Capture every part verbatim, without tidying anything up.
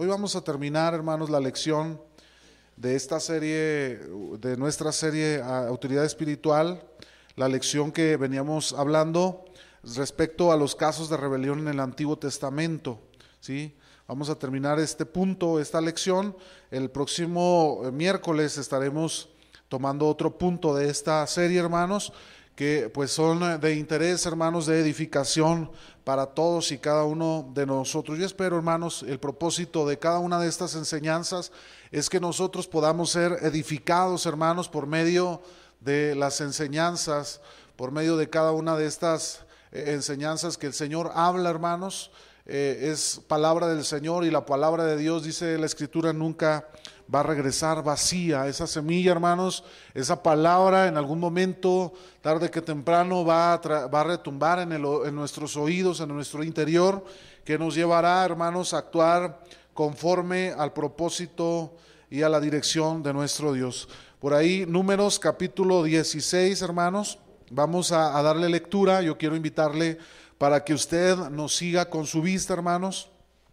Hoy vamos a terminar, hermanos, la lección de esta serie, de nuestra serie Autoridad Espiritual, la lección que veníamos hablando respecto a los casos de rebelión en el Antiguo Testamento, ¿sí? Vamos a terminar este punto, esta lección. El próximo miércoles estaremos tomando otro punto de esta serie, hermanos, que pues son de interés, hermanos, de edificación para todos y cada uno de nosotros. Yo espero, hermanos, el propósito de cada una de estas enseñanzas es que nosotros podamos ser edificados, hermanos, por medio de las enseñanzas, por medio de cada una de estas eh, enseñanzas que el Señor habla, hermanos. Eh, es palabra del Señor, y la palabra de Dios, dice la Escritura, nunca va a regresar vacía. Esa semilla, hermanos, esa palabra en algún momento, tarde que temprano, va a, tra- va a retumbar en, el, en nuestros oídos, en nuestro interior, que nos llevará, hermanos, a actuar conforme al propósito y a la dirección de nuestro Dios. Por ahí, Números capítulo dieciséis, hermanos, vamos a, a darle lectura. Yo quiero invitarle para que usted nos siga con su vista, hermanos.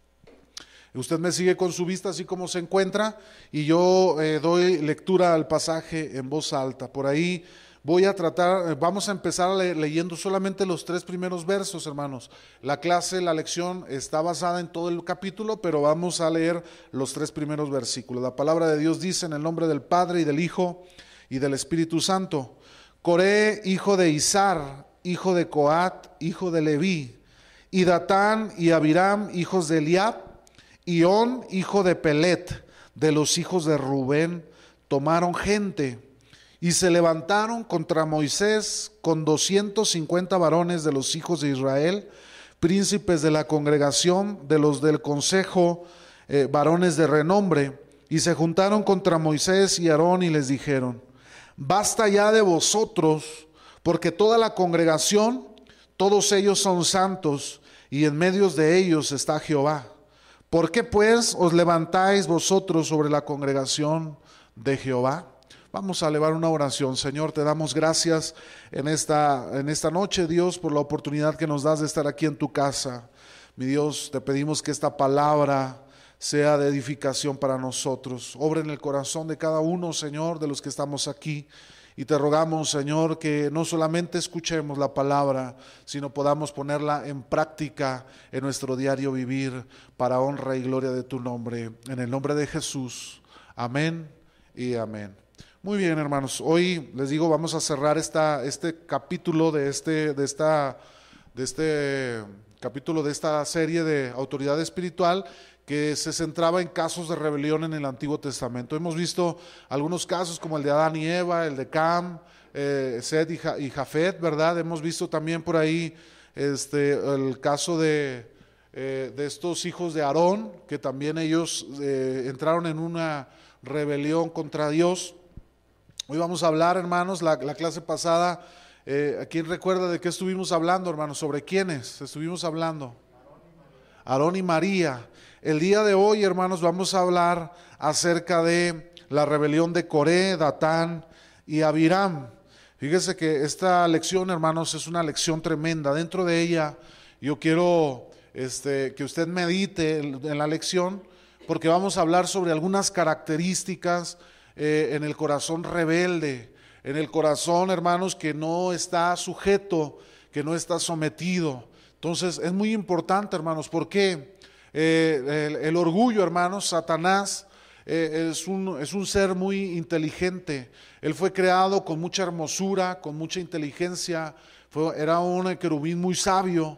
Usted me sigue con su vista así como se encuentra, y yo eh, doy lectura al pasaje en voz alta. Por ahí voy a tratar, vamos a empezar le, leyendo solamente los tres primeros versos, hermanos. La clase, la lección está basada en todo el capítulo, pero vamos a leer los tres primeros versículos. La palabra de Dios dice: en el nombre del Padre, y del Hijo, y del Espíritu Santo. Coré, hijo de Izar, hijo de Coat, hijo de Leví, y Datán y Abiram, hijos de Eliab, y On, hijo de Pelet, de los hijos de Rubén, tomaron gente y se levantaron contra Moisés con doscientos cincuenta varones de los hijos de Israel, príncipes de la congregación, de los del consejo, eh, varones de renombre, y se juntaron contra Moisés y Aarón y les dijeron: basta ya de vosotros, porque toda la congregación, todos ellos son santos, y en medio de ellos está Jehová. ¿Por qué pues os levantáis vosotros sobre la congregación de Jehová? Vamos a elevar una oración. Señor, te damos gracias en esta, en esta noche, Dios, por la oportunidad que nos das de estar aquí en tu casa. Mi Dios, te pedimos que esta palabra sea de edificación para nosotros. Obra en el corazón de cada uno, Señor, de los que estamos aquí. Y te rogamos, Señor, que no solamente escuchemos la palabra, sino podamos ponerla en práctica en nuestro diario vivir, para honra y gloria de tu nombre. En el nombre de Jesús. Amén y amén. Muy bien, hermanos. Hoy les digo, vamos a cerrar esta, este capítulo de este, de esta, de este capítulo de esta serie de autoridad espiritual, que se centraba en casos de rebelión en el Antiguo Testamento. Hemos visto algunos casos como el de Adán y Eva, el de Cam, eh, Seth y, ja, y Jafet, ¿verdad? Hemos visto también por ahí este, el caso de, eh, de estos hijos de Aarón, que también ellos eh, entraron en una rebelión contra Dios. Hoy vamos a hablar, hermanos, la, la clase pasada, eh, ¿quién recuerda de qué estuvimos hablando, hermanos? ¿Sobre quiénes estuvimos hablando? Aarón y María. El día de hoy, hermanos, vamos a hablar acerca de la rebelión de Coré, Datán y Abiram. Fíjese que esta lección, hermanos, es una lección tremenda. Dentro de ella yo quiero este, que usted medite en la lección, porque vamos a hablar sobre algunas características eh, en el corazón rebelde, en el corazón, hermanos, que no está sujeto, que no está sometido. Entonces es muy importante, hermanos. ¿Por qué? Eh, el, el orgullo, hermanos, Satanás eh, es, un, es un ser muy inteligente. Él fue creado con mucha hermosura, con mucha inteligencia. Fue, era un querubín muy sabio.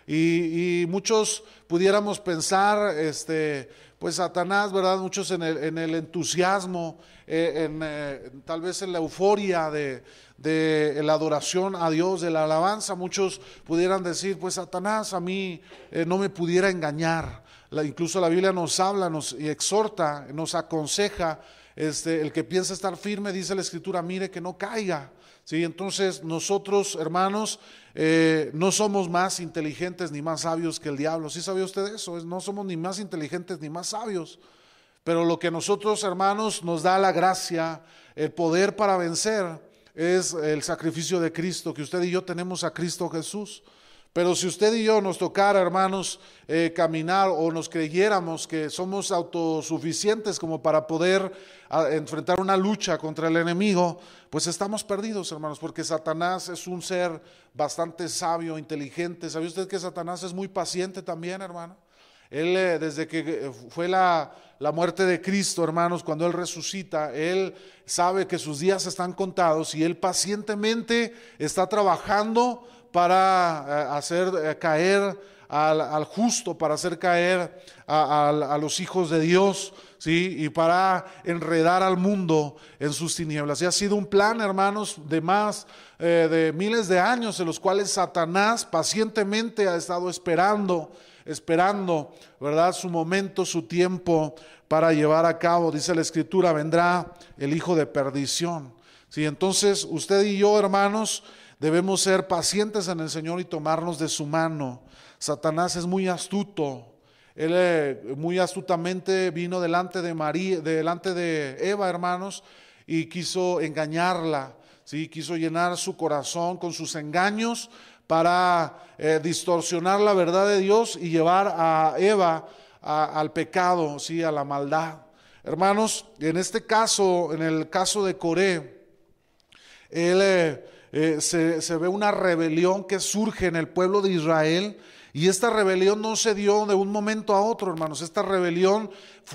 Y, y muchos pudiéramos pensar, este, pues Satanás, ¿verdad? Muchos en el, en el entusiasmo, eh, en, eh, tal vez en la euforia de, de la adoración a Dios, de la alabanza, muchos pudieran decir, pues Satanás a mí eh, no me pudiera engañar. La, incluso la Biblia nos habla, nos y exhorta, nos aconseja, este, el que piensa estar firme, dice la Escritura, mire que no caiga. Sí, entonces nosotros, hermanos, eh, no somos más inteligentes ni más sabios que el diablo. ¿Sí sabía usted eso? No somos ni más inteligentes ni más sabios. Pero lo que nosotros, hermanos, nos da la gracia, el poder para vencer, es el sacrificio de Cristo, que usted y yo tenemos a Cristo Jesús. Pero si usted y yo nos tocara, hermanos, eh, caminar o nos creyéramos que somos autosuficientes como para poder a, enfrentar una lucha contra el enemigo, pues estamos perdidos, hermanos, porque Satanás es un ser bastante sabio, inteligente. ¿Sabe usted que Satanás es muy paciente también, hermano? Él, eh, desde que fue la, la muerte de Cristo, hermanos, cuando Él resucita, Él sabe que sus días están contados y Él pacientemente está trabajando para hacer caer al, al justo, para hacer caer a, a, a los hijos de Dios, ¿sí? Y para enredar al mundo en sus tinieblas. Y ha sido un plan, hermanos, de más eh, de miles de años, en los cuales Satanás pacientemente ha estado esperando, esperando, ¿verdad?, su momento, su tiempo para llevar a cabo. Dice la Escritura, vendrá el hijo de perdición, ¿sí? Entonces, usted y yo, hermanos, debemos ser pacientes en el Señor y tomarnos de su mano. Satanás es muy astuto. Él eh, muy astutamente vino delante de María, delante de Eva, hermanos, y quiso engañarla, ¿sí? Quiso llenar su corazón con sus engaños para eh, distorsionar la verdad de Dios y llevar a Eva a, al pecado, ¿sí? A la maldad. Hermanos, en este caso, en el caso de Coré, él eh, Eh, se, se ve una rebelión que surge en el pueblo de Israel, y esta rebelión no se dio de un momento a otro, hermanos. Esta rebelión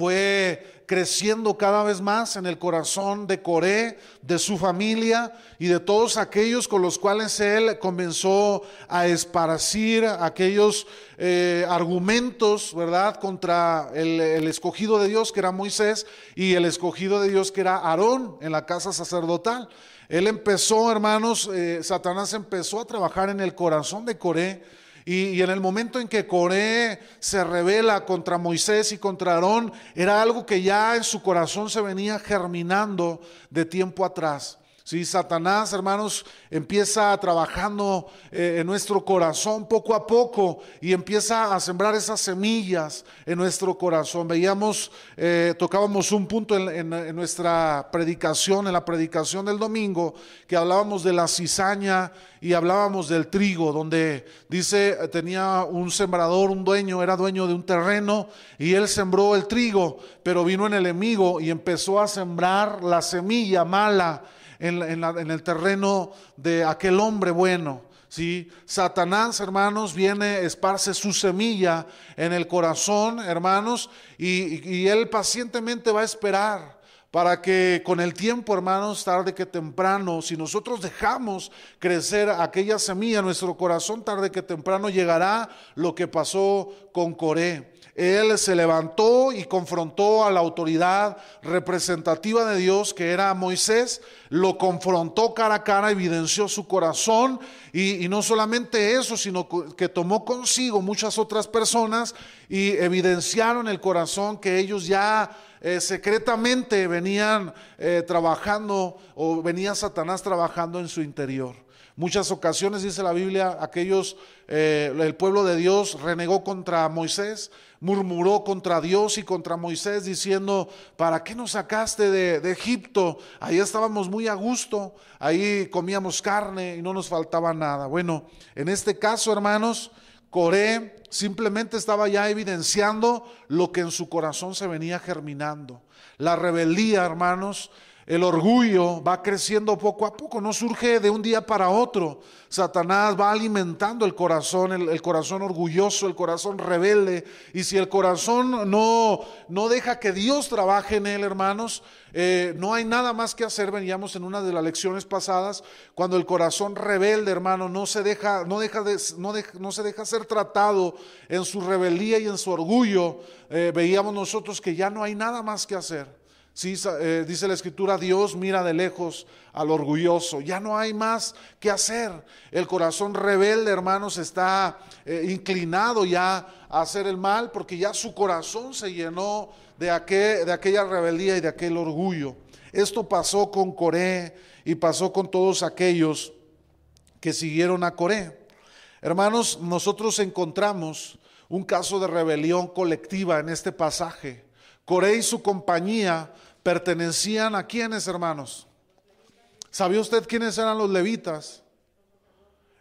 fue creciendo cada vez más en el corazón de Coré, de su familia y de todos aquellos con los cuales él comenzó a esparcir aquellos eh, argumentos, ¿verdad?, contra el, el escogido de Dios, que era Moisés, y el escogido de Dios, que era Aarón, en la casa sacerdotal. Él empezó, hermanos, eh, Satanás empezó a trabajar en el corazón de Coré, y, y en el momento en que Coré se rebela contra Moisés y contra Aarón, era algo que ya en su corazón se venía germinando de tiempo atrás. Sí, Satanás, hermanos, empieza trabajando eh, en nuestro corazón poco a poco y empieza a sembrar esas semillas en nuestro corazón. Veíamos, eh, tocábamos un punto en, en, en nuestra predicación, en la predicación del domingo, que hablábamos de la cizaña y hablábamos del trigo, donde dice, tenía un sembrador, un dueño, era dueño de un terreno, y él sembró el trigo, pero vino el enemigo y empezó a sembrar la semilla mala En, en, la, en el terreno de aquel hombre bueno, ¿sí? Satanás, hermanos, viene, esparce su semilla en el corazón, hermanos, y, y él pacientemente va a esperar para que con el tiempo, hermanos, tarde que temprano, si nosotros dejamos crecer aquella semilla en nuestro corazón, tarde que temprano llegará lo que pasó con Coré. Él se levantó y confrontó a la autoridad representativa de Dios, que era Moisés, lo confrontó cara a cara, evidenció su corazón, y, y no solamente eso, sino que tomó consigo muchas otras personas y evidenciaron el corazón que ellos ya eh, secretamente venían eh, trabajando, o venía Satanás trabajando en su interior. Muchas ocasiones, dice la Biblia, aquellos, eh, el pueblo de Dios renegó contra Moisés, murmuró contra Dios y contra Moisés, diciendo, ¿para qué nos sacaste de, de Egipto? Ahí estábamos muy a gusto, ahí comíamos carne y no nos faltaba nada. Bueno, en este caso, hermanos, Coré simplemente estaba ya evidenciando lo que en su corazón se venía germinando. La rebeldía, hermanos, el orgullo va creciendo poco a poco, no surge de un día para otro. Satanás va alimentando el corazón, el, el corazón orgulloso, el corazón rebelde, y si el corazón no, no deja que Dios trabaje en él, hermanos, eh, no hay nada más que hacer. Veníamos en una de las lecciones pasadas, cuando el corazón rebelde, hermano, no se deja, no deja de, no deja, no se deja ser tratado en su rebeldía y en su orgullo, eh, veíamos nosotros que ya no hay nada más que hacer. Sí, eh, dice la Escritura, Dios mira de lejos al orgulloso. Ya no hay más que hacer. El corazón rebelde, hermanos, está eh, inclinado ya a hacer el mal, porque ya su corazón se llenó de, aquel, de aquella rebeldía y de aquel orgullo. Esto pasó con Coré y pasó con todos aquellos que siguieron a Coré. Hermanos, nosotros encontramos un caso de rebelión colectiva en este pasaje. Coré y su compañía pertenecían a ¿quiénes, hermanos? ¿Sabía usted quiénes eran los levitas?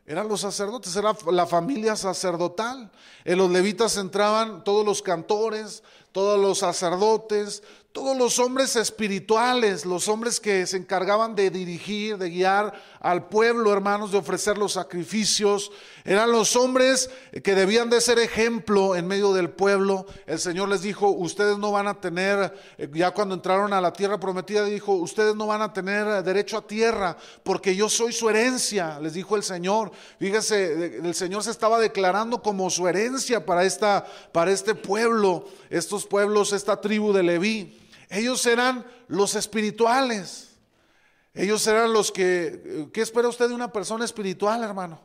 Eran los sacerdotes, era la familia sacerdotal. En los levitas entraban todos los cantores, todos los sacerdotes, todos los hombres espirituales, los hombres que se encargaban de dirigir, de guiar al pueblo, hermanos, de ofrecer los sacrificios. Eran los hombres que debían de ser ejemplo en medio del pueblo. El Señor les dijo, ustedes no van a tener, ya cuando entraron a la tierra prometida, dijo, ustedes no van a tener derecho a tierra, porque yo soy su herencia, les dijo el Señor. Fíjese, el Señor se estaba declarando como su herencia para, esta, para este pueblo, estos pueblos, esta tribu de Leví. Ellos eran los espirituales. Ellos eran los que, ¿qué espera usted de una persona espiritual, hermano?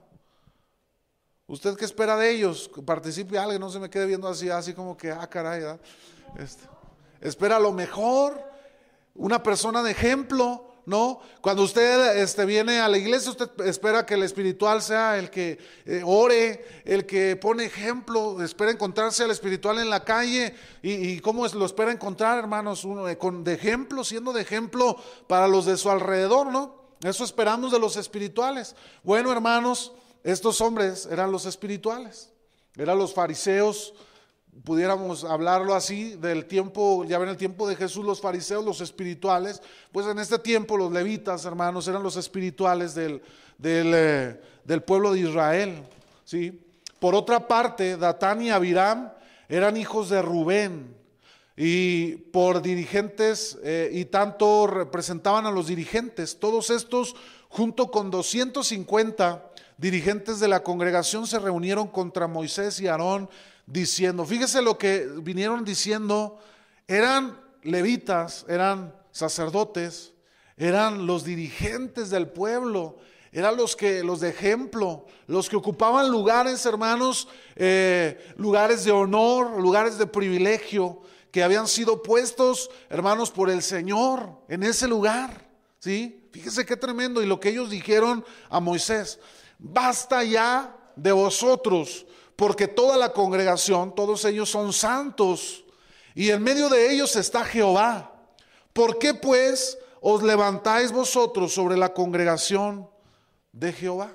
¿Usted qué espera de ellos? Participe alguien, no se me quede viendo así, así como que, ah, caray, este, espera lo mejor, una persona de ejemplo, ¿no? Cuando usted este, viene a la iglesia, usted espera que el espiritual sea el que eh, ore, el que pone ejemplo, espera encontrarse al espiritual en la calle. ¿Y, y cómo es, lo espera encontrar, hermanos? Uno, eh, con, de ejemplo, siendo de ejemplo para los de su alrededor, ¿no? Eso esperamos de los espirituales. Bueno, hermanos, estos hombres eran los espirituales, eran los fariseos. Pudiéramos hablarlo así, del tiempo, ya ven el tiempo de Jesús, los fariseos, los espirituales, pues en este tiempo los levitas, hermanos, eran los espirituales del, del, eh, del pueblo de Israel, ¿sí? Por otra parte, Datán y Abiram eran hijos de Rubén, y por dirigentes, eh, y tanto representaban a los dirigentes. Todos estos, junto con doscientos cincuenta dirigentes de la congregación, se reunieron contra Moisés y Aarón, diciendo, fíjese lo que vinieron diciendo, eran levitas, eran sacerdotes, eran los dirigentes del pueblo, eran los que, los de ejemplo, los que ocupaban lugares, hermanos, eh, lugares de honor, lugares de privilegio, que habían sido puestos, hermanos, por el Señor en ese lugar, ¿sí? Fíjese qué tremendo, y lo que ellos dijeron a Moisés, basta ya de vosotros, porque toda la congregación, todos ellos son santos, y en medio de ellos está Jehová. ¿Por qué pues os levantáis vosotros sobre la congregación de Jehová?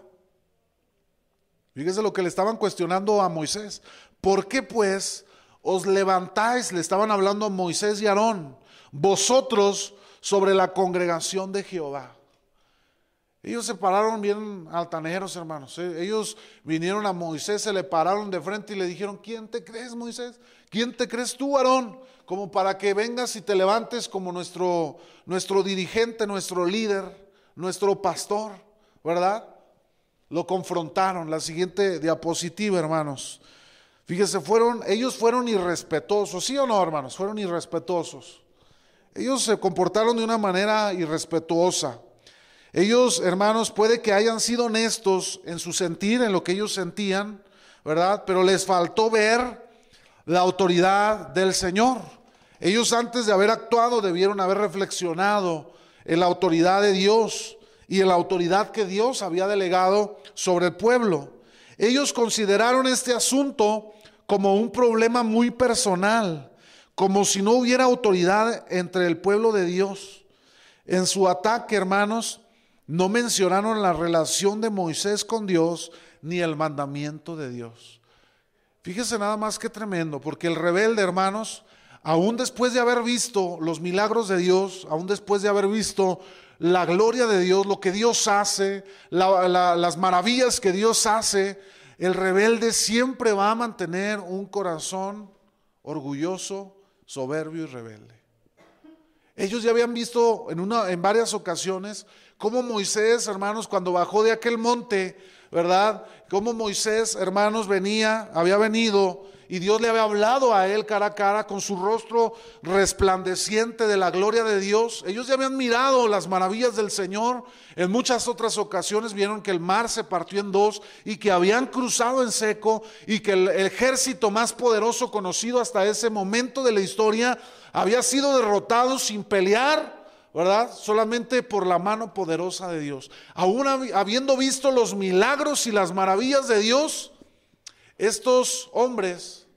Fíjese lo que le estaban cuestionando a Moisés. ¿Por qué pues os levantáis? Le estaban hablando a Moisés y Aarón, vosotros sobre la congregación de Jehová. Ellos se pararon bien altaneros, hermanos. Ellos vinieron a Moisés, se le pararon de frente y le dijeron, ¿quién te crees, Moisés? ¿Quién te crees tú, Aarón? Como para que vengas y te levantes como nuestro, nuestro dirigente, nuestro líder, nuestro pastor, ¿verdad? Lo confrontaron. La siguiente diapositiva, hermanos. Fíjese, fueron, ellos fueron irrespetuosos, ¿sí o no, hermanos? Fueron irrespetuosos. Ellos se comportaron de una manera irrespetuosa. Ellos, hermanos, puede que hayan sido honestos en su sentir, en lo que ellos sentían, ¿verdad? Pero les faltó ver la autoridad del Señor. Ellos, antes de haber actuado, debieron haber reflexionado en la autoridad de Dios y en la autoridad que Dios había delegado sobre el pueblo. Ellos consideraron este asunto como un problema muy personal, como si no hubiera autoridad entre el pueblo de Dios. En su ataque, hermanos, no mencionaron la relación de Moisés con Dios ni el mandamiento de Dios. Fíjese nada más qué tremendo, porque el rebelde, hermanos, aún después de haber visto los milagros de Dios, aún después de haber visto la gloria de Dios, lo que Dios hace, la, la, las maravillas que Dios hace, el rebelde siempre va a mantener un corazón orgulloso, soberbio y rebelde. Ellos ya habían visto en, una, en varias ocasiones cómo Moisés, hermanos, cuando bajó de aquel monte, ¿verdad? Cómo Moisés, hermanos, venía, había venido y Dios le había hablado a él cara a cara con su rostro resplandeciente de la gloria de Dios. Ellos ya habían mirado las maravillas del Señor. En muchas otras ocasiones vieron que el mar se partió en dos y que habían cruzado en seco y que el ejército más poderoso conocido hasta ese momento de la historia había sido derrotado sin pelear, ¿verdad? Solamente por la mano poderosa de Dios. Aún habiendo visto los milagros y las maravillas de Dios, estos hombres,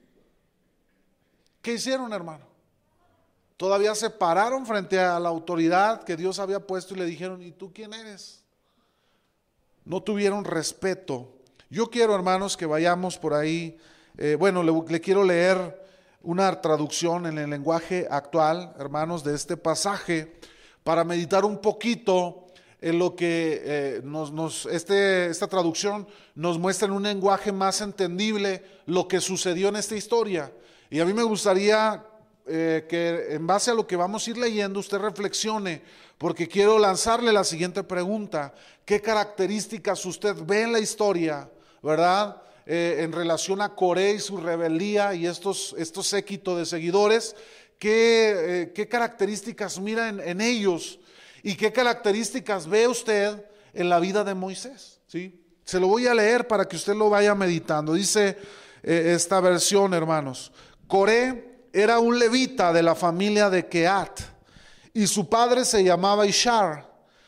¿qué hicieron, hermano? Todavía se pararon frente a la autoridad que Dios había puesto y le dijeron, ¿y tú quién eres? no tuvieron respeto. Yo quiero, hermanos, que vayamos por ahí. Eh, bueno, le, le quiero leer una traducción en el lenguaje actual, hermanos, de este pasaje, para meditar un poquito en lo que eh, nos, nos, este, esta traducción nos muestra en un lenguaje más entendible lo que sucedió en esta historia. Y a mí me gustaría eh, que en base a lo que vamos a ir leyendo usted reflexione, porque quiero lanzarle la siguiente pregunta: ¿qué características usted ve en la historia, verdad? Eh, en relación a Coré y su rebeldía y estos, estos séquitos de seguidores, ¿qué, eh, qué características mira en, en ellos? ¿Y qué características ve usted en la vida de Moisés? ¿Sí? Se lo voy a leer para que usted lo vaya meditando. Dice eh, esta versión, hermanos: Coré era un levita de la familia de Kehat y su padre se llamaba Ishar.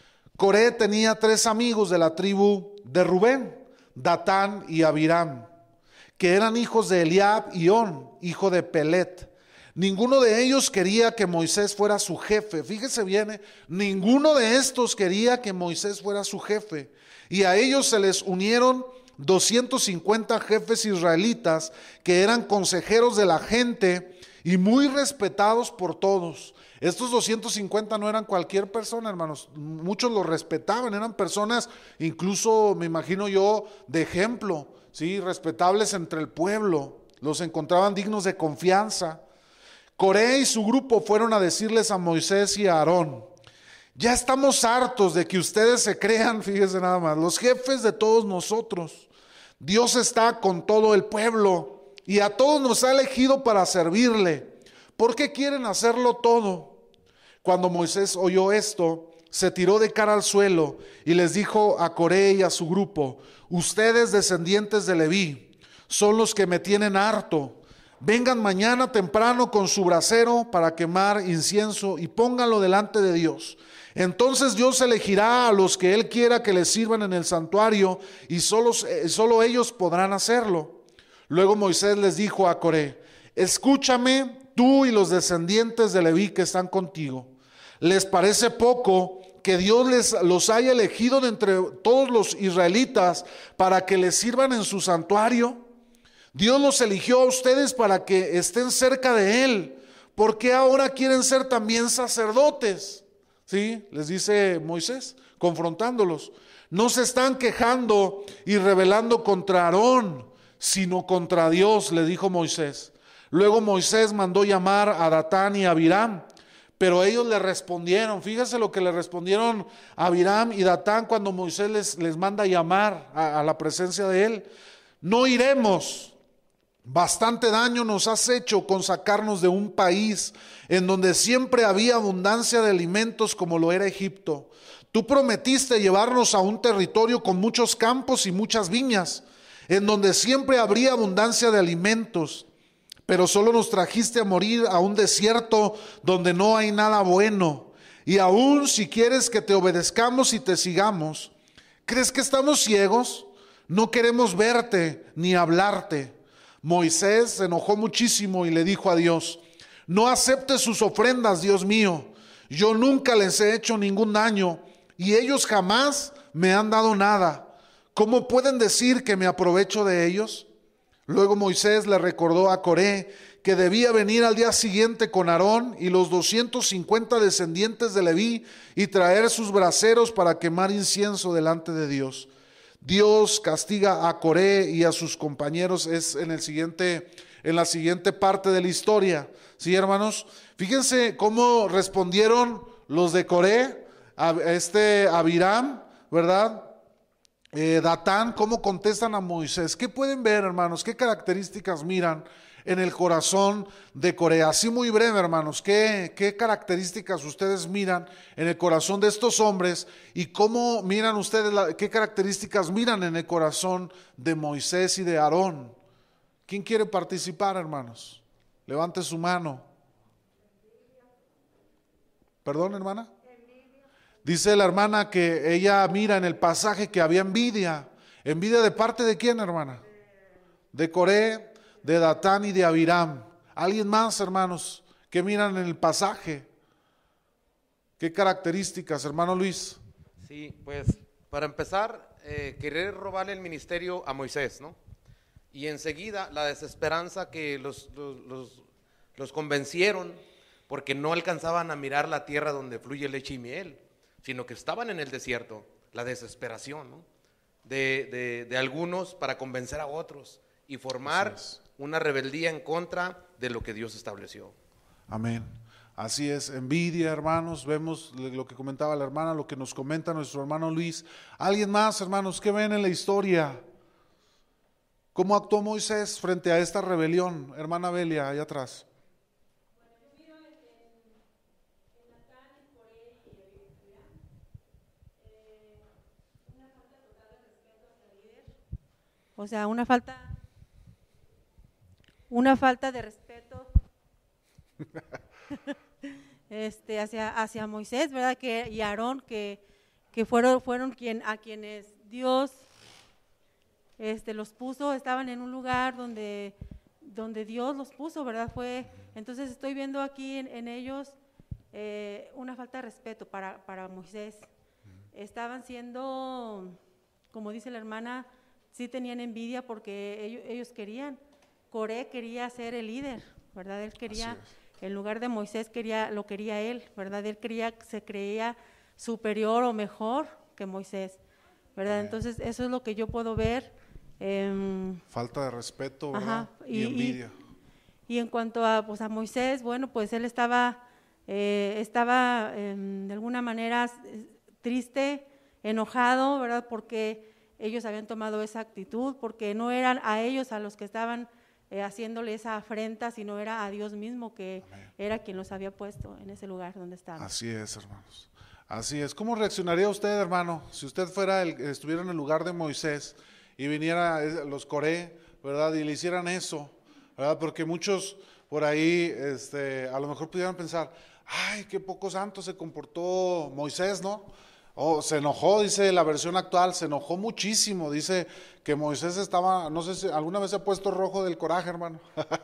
Coré tenía tres amigos de la tribu de Rubén, Datán y Abiram, que eran hijos de Eliab y On, hijo de Pelet. Ninguno de ellos quería que Moisés fuera su jefe. Fíjese bien, ninguno de estos quería que Moisés fuera su jefe. Y a ellos se les unieron doscientos cincuenta jefes israelitas que eran consejeros de la gente y muy respetados por todos. Estos doscientos cincuenta no eran cualquier persona, hermanos. Muchos los respetaban, eran personas, incluso me imagino yo, de ejemplo, ¿sí? Respetables entre el pueblo. Los encontraban dignos de confianza. Coré y su grupo fueron a decirles a Moisés y a Aarón: ya estamos hartos de que ustedes se crean, fíjense nada más, los jefes de todos nosotros. Dios está con todo el pueblo y a todos nos ha elegido para servirle. ¿Por qué quieren hacerlo todo? Cuando Moisés oyó esto, se tiró de cara al suelo y les dijo a Coré y a su grupo: ustedes, descendientes de Leví, son los que me tienen harto. Vengan mañana temprano con su brasero para quemar incienso y pónganlo delante de Dios. Entonces Dios elegirá a los que Él quiera que les sirvan en el santuario y solo, solo ellos podrán hacerlo. Luego Moisés les dijo a Coré: escúchame tú y los descendientes de Leví que están contigo. ¿Les parece poco que Dios les, los haya elegido de entre todos los israelitas para que les sirvan en su santuario? Dios los eligió a ustedes para que estén cerca de Él. ¿Por qué ahora quieren ser también sacerdotes? ¿Sí? Les dice Moisés, confrontándolos. No se están quejando y rebelando contra Aarón, sino contra Dios, le dijo Moisés. Luego Moisés mandó llamar a Datán y a Abiram, pero ellos le respondieron. Fíjese lo que le respondieron a Abiram y Datán cuando Moisés les, les manda llamar a, a la presencia de Él. No iremos. Bastante daño nos has hecho con sacarnos de un país en donde siempre había abundancia de alimentos como lo era Egipto. Tú prometiste llevarnos a un territorio con muchos campos y muchas viñas, en donde siempre habría abundancia de alimentos, pero solo nos trajiste a morir a un desierto donde no hay nada bueno. Y aún si quieres que te obedezcamos y te sigamos, ¿crees que estamos ciegos? No queremos verte ni hablarte. Moisés se enojó muchísimo y le dijo a Dios: no aceptes sus ofrendas, Dios mío. Yo nunca les he hecho ningún daño y ellos jamás me han dado nada. ¿Cómo pueden decir que me aprovecho de ellos? Luego Moisés le recordó a Coré que debía venir al día siguiente con Aarón y los doscientos cincuenta descendientes de Leví y traer sus braseros para quemar incienso delante de Dios. Dios castiga a Coré y a sus compañeros es en el siguiente, en la siguiente parte de la historia. ¿Sí, hermanos? Fíjense cómo respondieron los de Coré, a este Abiram, ¿verdad? Eh, Datán, cómo contestan a Moisés. ¿Qué pueden ver, hermanos? ¿Qué características miran en el corazón de Coré? Así muy breve, hermanos, ¿qué, qué características ustedes miran en el corazón de estos hombres y cómo miran ustedes, la, qué características miran en el corazón de Moisés y de Aarón? ¿Quién quiere participar, hermanos? Levante su mano. ¿Perdón, hermana? Dice la hermana que ella mira en el pasaje que había envidia. ¿Envidia de parte de quién, hermana? De Coré, de Datán y de Abiram. ¿Alguien más, hermanos, que miran en el pasaje? ¿Qué características, hermano Luis? Sí, pues para empezar, eh, querer robarle el ministerio a Moisés, ¿no? Y enseguida la desesperanza que los, los, los, los convencieron, porque no alcanzaban a mirar la tierra donde fluye leche y miel, sino que estaban en el desierto. La desesperación, ¿no? de, de, de algunos para convencer a otros y formar una rebeldía en contra de lo que Dios estableció. Amén. Así es, envidia, hermanos. Vemos lo que comentaba la hermana, lo que nos comenta nuestro hermano Luis. ¿Alguien más, hermanos, qué ven en la historia? ¿Cómo actuó Moisés frente a esta rebelión? Hermana Belia, allá atrás. O sea, una falta, una falta de respeto este, hacia, hacia Moisés, ¿verdad? Que, y Aarón, que, que fueron, fueron quien, a quienes Dios este, los puso, estaban en un lugar donde, donde Dios los puso, ¿verdad? Fue, entonces estoy viendo aquí en, en ellos eh, una falta de respeto para, para Moisés. Estaban siendo, como dice la hermana, sí tenían envidia porque ellos, ellos querían, Coré quería ser el líder, ¿verdad? Él quería, en lugar de Moisés, quería, lo quería él, ¿verdad? Él quería, se creía superior o mejor que Moisés, ¿verdad? Amén. Entonces, eso es lo que yo puedo ver. Eh, Falta de respeto, ¿verdad? Ajá, y, y envidia. Y, y en cuanto a, pues, a Moisés, bueno, pues él estaba, eh, estaba eh, de alguna manera triste, enojado, ¿verdad? Porque ellos habían tomado esa actitud, porque no eran a ellos a los que estaban eh, haciéndole esa afrenta, sino era a Dios mismo que Amén. Era quien los había puesto en ese lugar donde estaban. Así es, hermanos. Así es. ¿Cómo reaccionaría usted, hermano, si usted fuera el, estuviera en el lugar de Moisés y viniera los Coré, ¿verdad? Y le hicieran eso, ¿verdad? Porque muchos por ahí, este, a lo mejor pudieran pensar, ay, qué poco santo se comportó Moisés, ¿no? Oh, se enojó, dice la versión actual, se enojó muchísimo, dice que Moisés estaba, no sé si alguna vez se ha puesto rojo del coraje, hermano,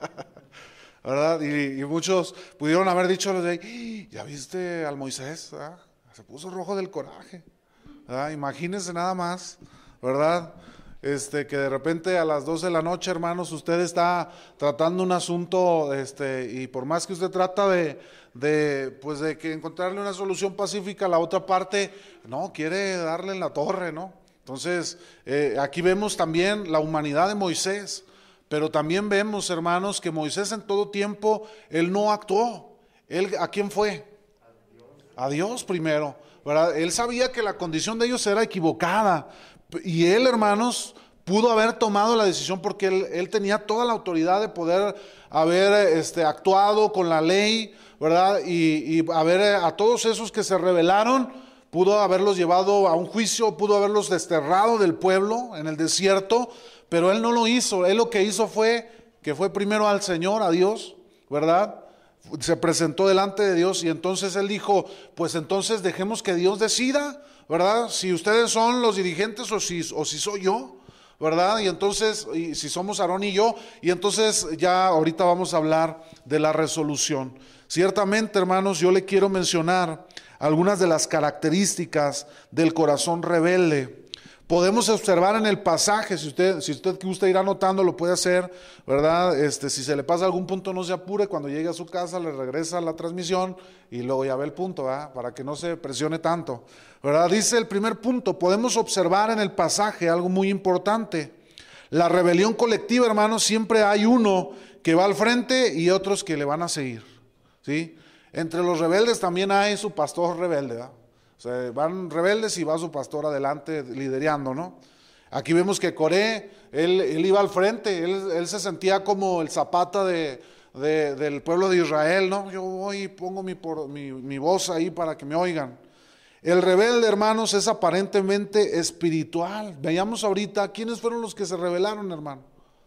¿verdad? Y, y muchos pudieron haber dicho, los de, ya viste al Moisés, ¿verdad? Se puso rojo del coraje, ¿verdad? Imagínense nada más, ¿verdad? Este, que de repente a las doce de la noche, hermanos, usted está tratando un asunto, este, y por más que usted trata de, de, pues de que encontrarle una solución pacífica, la otra parte, no, quiere darle en la torre, ¿no? Entonces, eh, aquí vemos también la humanidad de Moisés, pero también vemos, hermanos, que Moisés en todo tiempo, él no actuó. Él, ¿a quién fue? A Dios, a Dios primero, ¿verdad? Él sabía que la condición de ellos era equivocada, y él, hermanos, pudo haber tomado la decisión porque él, él tenía toda la autoridad de poder haber este, actuado con la ley, ¿verdad? Y, y haber a todos esos que se rebelaron, pudo haberlos llevado a un juicio, pudo haberlos desterrado del pueblo en el desierto, pero él no lo hizo. Él lo que hizo fue que fue primero al Señor, a Dios, ¿verdad? Se presentó delante de Dios y entonces él dijo, pues entonces dejemos que Dios decida, ¿verdad? Si ustedes son los dirigentes o si, o si soy yo, ¿verdad? Y entonces, y si somos Aarón y yo, y entonces ya ahorita vamos a hablar de la resolución. Ciertamente, hermanos, yo le quiero mencionar algunas de las características del corazón rebelde. Podemos observar en el pasaje, si usted, si usted gusta ir anotando, lo puede hacer, ¿verdad? Este, si se le pasa algún punto, no se apure, cuando llegue a su casa le regresa la transmisión y luego ya ve el punto, ¿verdad? Para que no se presione tanto, ¿verdad? Dice el primer punto, podemos observar en el pasaje algo muy importante. La rebelión colectiva, hermanos, siempre hay uno que va al frente y otros que le van a seguir, ¿sí? Entre los rebeldes también hay su pastor rebelde, ¿verdad? O sea, van rebeldes y va su pastor adelante liderando, ¿no? Aquí vemos que Coré, él, él iba al frente, él, él se sentía como el Zapata de, de, del pueblo de Israel, ¿no? Yo voy y pongo mi, por, mi, mi voz ahí para que me oigan. El rebelde, hermanos, es aparentemente espiritual. Veamos ahorita, ¿quiénes fueron los que se rebelaron, hermano?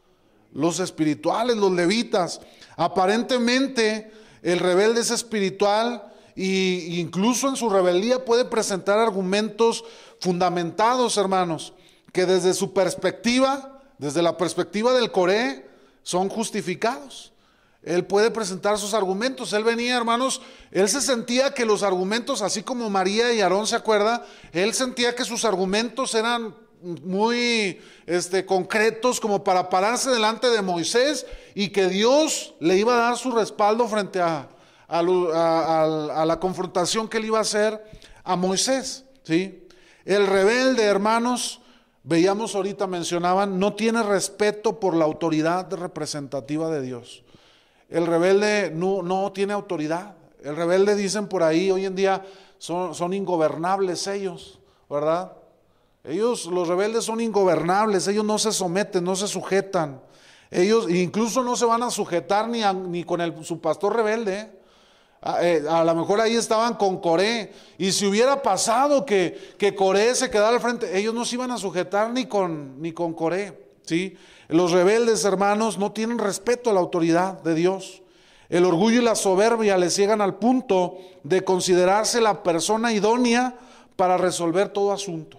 Los espirituales, los levitas. Aparentemente, el rebelde es espiritual. Y incluso en su rebeldía puede presentar argumentos fundamentados, hermanos, que desde su perspectiva, desde la perspectiva del Coré, son justificados. Él puede presentar sus argumentos. Él venía, hermanos, él se sentía que los argumentos, así como María y Aarón, ¿se acuerda? Él sentía que sus argumentos eran muy este, concretos como para pararse delante de Moisés y que Dios le iba a dar su respaldo frente a, a, a, a, a la confrontación que él iba a hacer a Moisés, ¿sí? El rebelde, hermanos, veíamos ahorita, mencionaban, no tiene respeto por la autoridad representativa de Dios. El rebelde no, no tiene autoridad. El rebelde, dicen por ahí, hoy en día son, son ingobernables ellos, ¿verdad? Ellos, los rebeldes son ingobernables, ellos no se someten, no se sujetan. Ellos incluso no se van a sujetar ni, a, ni con el, su pastor rebelde, ¿eh? A, eh, a lo mejor ahí estaban con Coré, y si hubiera pasado que, que Coré se quedara al frente, ellos no se iban a sujetar ni con, ni con Coré, ¿sí? Los rebeldes, hermanos, no tienen respeto a la autoridad de Dios. El orgullo y la soberbia les llegan al punto de considerarse la persona idónea para resolver todo asunto.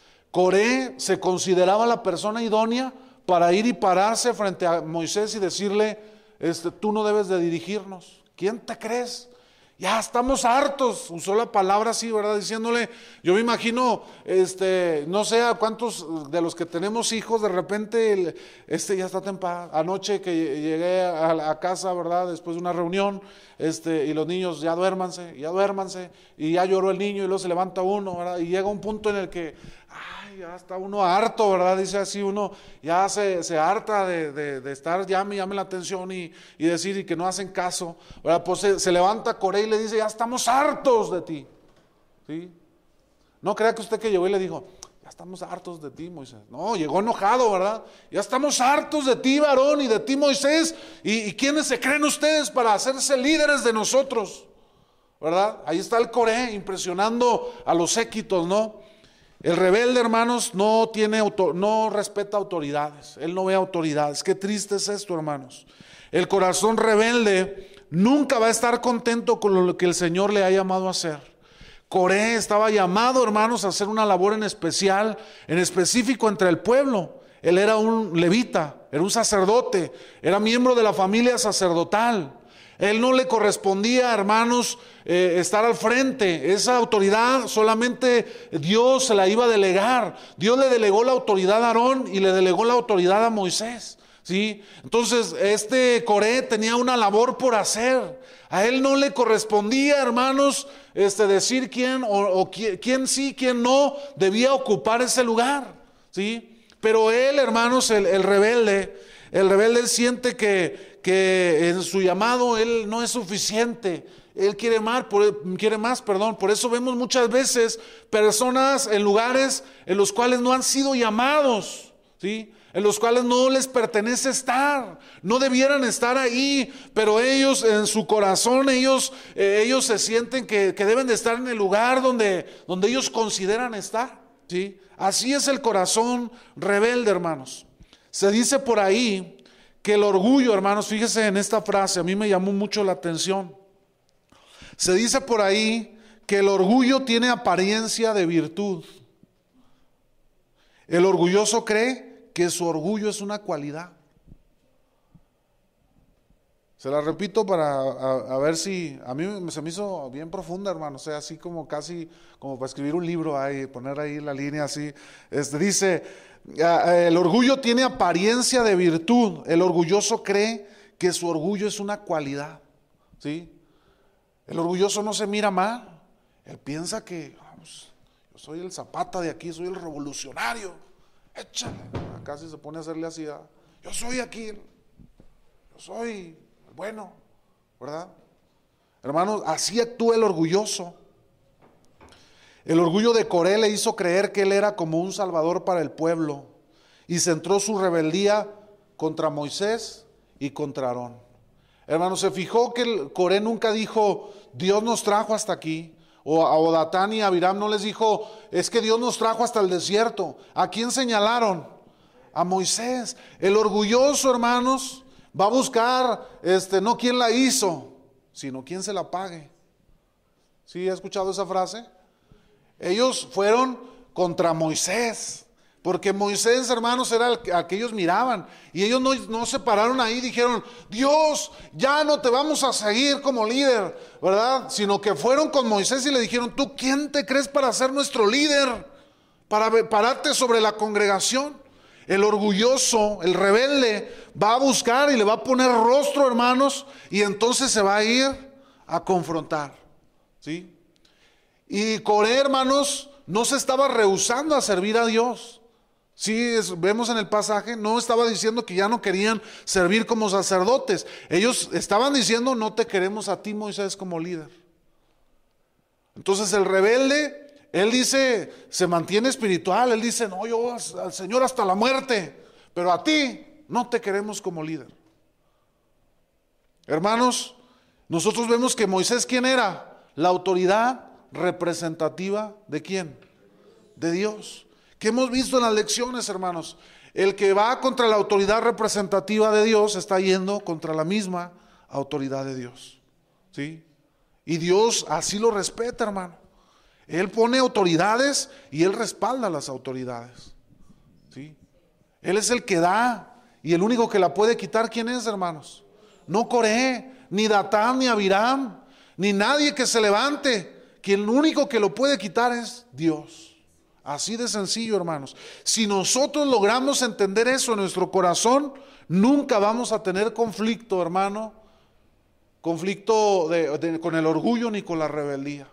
Coré se consideraba la persona idónea para ir y pararse frente a Moisés y decirle, este, tú no debes de dirigirnos. ¿Quién te crees? Ya estamos hartos, usó la palabra así, ¿verdad? Diciéndole, yo me imagino, este, no sé a cuántos de los que tenemos hijos, de repente, el, este ya está temprano, anoche que llegué a, a casa, ¿verdad? Después de una reunión, este, y los niños, ya duérmanse, ya duérmanse, y ya lloró el niño, y luego se levanta uno, ¿verdad? Y llega un punto en el que, ay, ya está uno harto, ¿verdad? Dice así uno, ya se, se harta de, de, de estar, llame, llame la atención y, y decir, y que no hacen caso, ¿verdad? Pues se, se levanta Coré y le dice, ya estamos hartos de ti, ¿sí? No crea que usted que llegó y le dijo, ya estamos hartos de ti, Moisés. No, llegó enojado, ¿verdad? Ya estamos hartos de ti, varón, y de ti, Moisés. ¿Y, y quiénes se creen ustedes para hacerse líderes de nosotros? ¿Verdad? Ahí está el Coré impresionando a los séquitos, ¿no? El rebelde, hermanos, no tiene auto, no respeta autoridades. Él no ve autoridades. Qué triste es esto, hermanos. El corazón rebelde nunca va a estar contento con lo que el Señor le ha llamado a hacer. Coré estaba llamado, hermanos, a hacer una labor en especial, en específico entre el pueblo. Él era un levita, era un sacerdote, era miembro de la familia sacerdotal. Él no le correspondía, hermanos, eh, estar al frente. Esa autoridad solamente Dios se la iba a delegar. Dios le delegó la autoridad a Aarón y le delegó la autoridad a Moisés, ¿sí? Entonces este Coré tenía una labor por hacer. A él no le correspondía, hermanos, este, decir quién o, o quién, quién sí, quién no debía ocupar ese lugar, ¿sí? Pero él, hermanos, el, el rebelde, el rebelde él siente que que en su llamado él no es suficiente, él quiere más, por, quiere más, perdón. Por eso vemos muchas veces personas en lugares en los cuales no han sido llamados, ¿sí? En los cuales no les pertenece estar, no debieran estar ahí, pero ellos en su corazón, ellos, eh, ellos se sienten que, que deben de estar en el lugar donde, donde ellos consideran estar, ¿sí? Así es el corazón rebelde, hermanos. Se dice por ahí que el orgullo, hermanos, fíjese en esta frase, a mí me llamó mucho la atención. Se dice por ahí que el orgullo tiene apariencia de virtud. El orgulloso cree que su orgullo es una cualidad. Se la repito para a, a ver si, a mí se me hizo bien profunda, hermano, o sea, así como casi, como para escribir un libro ahí, poner ahí la línea así. Este, dice, el orgullo tiene apariencia de virtud, el orgulloso cree que su orgullo es una cualidad, ¿sí? El orgulloso no se mira mal, él piensa que, vamos, yo soy el Zapata de aquí, soy el revolucionario, échale, casi se pone a hacerle así, ¿verdad? Yo soy aquí, yo soy el bueno, ¿verdad? Hermanos, así actúa el orgulloso. El orgullo de Coré le hizo creer que él era como un salvador para el pueblo y centró su rebeldía contra Moisés y contra Aarón. Hermanos, se fijó que el Coré nunca dijo, Dios nos trajo hasta aquí, o a Datán y Abiram no les dijo, es que Dios nos trajo hasta el desierto. ¿A quién señalaron? A Moisés. El orgulloso, hermanos, va a buscar este, no quién la hizo, sino quién se la pague. ¿Sí ha escuchado esa frase? Ellos fueron contra Moisés, porque Moisés, hermanos, era el que, al que ellos miraban, y ellos no, no se pararon ahí y dijeron, Dios, ya no te vamos a seguir como líder, ¿verdad? Sino que fueron con Moisés y le dijeron, ¿tú quién te crees para ser nuestro líder? para pararte sobre la congregación. El orgulloso, el rebelde, va a buscar y le va a poner rostro, hermanos, y entonces se va a ir a confrontar, ¿sí? Y Coré, hermanos, no se estaba rehusando a servir a Dios. Sí, es, vemos en el pasaje, no estaba diciendo que ya no querían servir como sacerdotes. Ellos estaban diciendo, no te queremos a ti, Moisés, como líder. Entonces el rebelde, él dice, se mantiene espiritual. Él dice, no, yo al Señor hasta la muerte, pero a ti no te queremos como líder. Hermanos, nosotros vemos que Moisés, ¿quién era? La autoridad representativa ¿de quién? De Dios. ¿Qué hemos visto en las lecciones, hermanos? El que va contra la autoridad representativa de Dios está yendo contra la misma autoridad de Dios, ¿sí? Y Dios así lo respeta, hermano. Él pone autoridades y Él respalda a las autoridades, ¿sí? Él es el que da, y el único que la puede quitar, ¿quién es, hermanos? No Coré, ni Datán, ni Abiram, ni nadie que se levante. Quien el único que lo puede quitar es Dios. Así de sencillo, hermanos. Si nosotros logramos entender eso en nuestro corazón, nunca vamos a tener conflicto, hermano, conflicto de, de, con el orgullo ni con la rebeldía.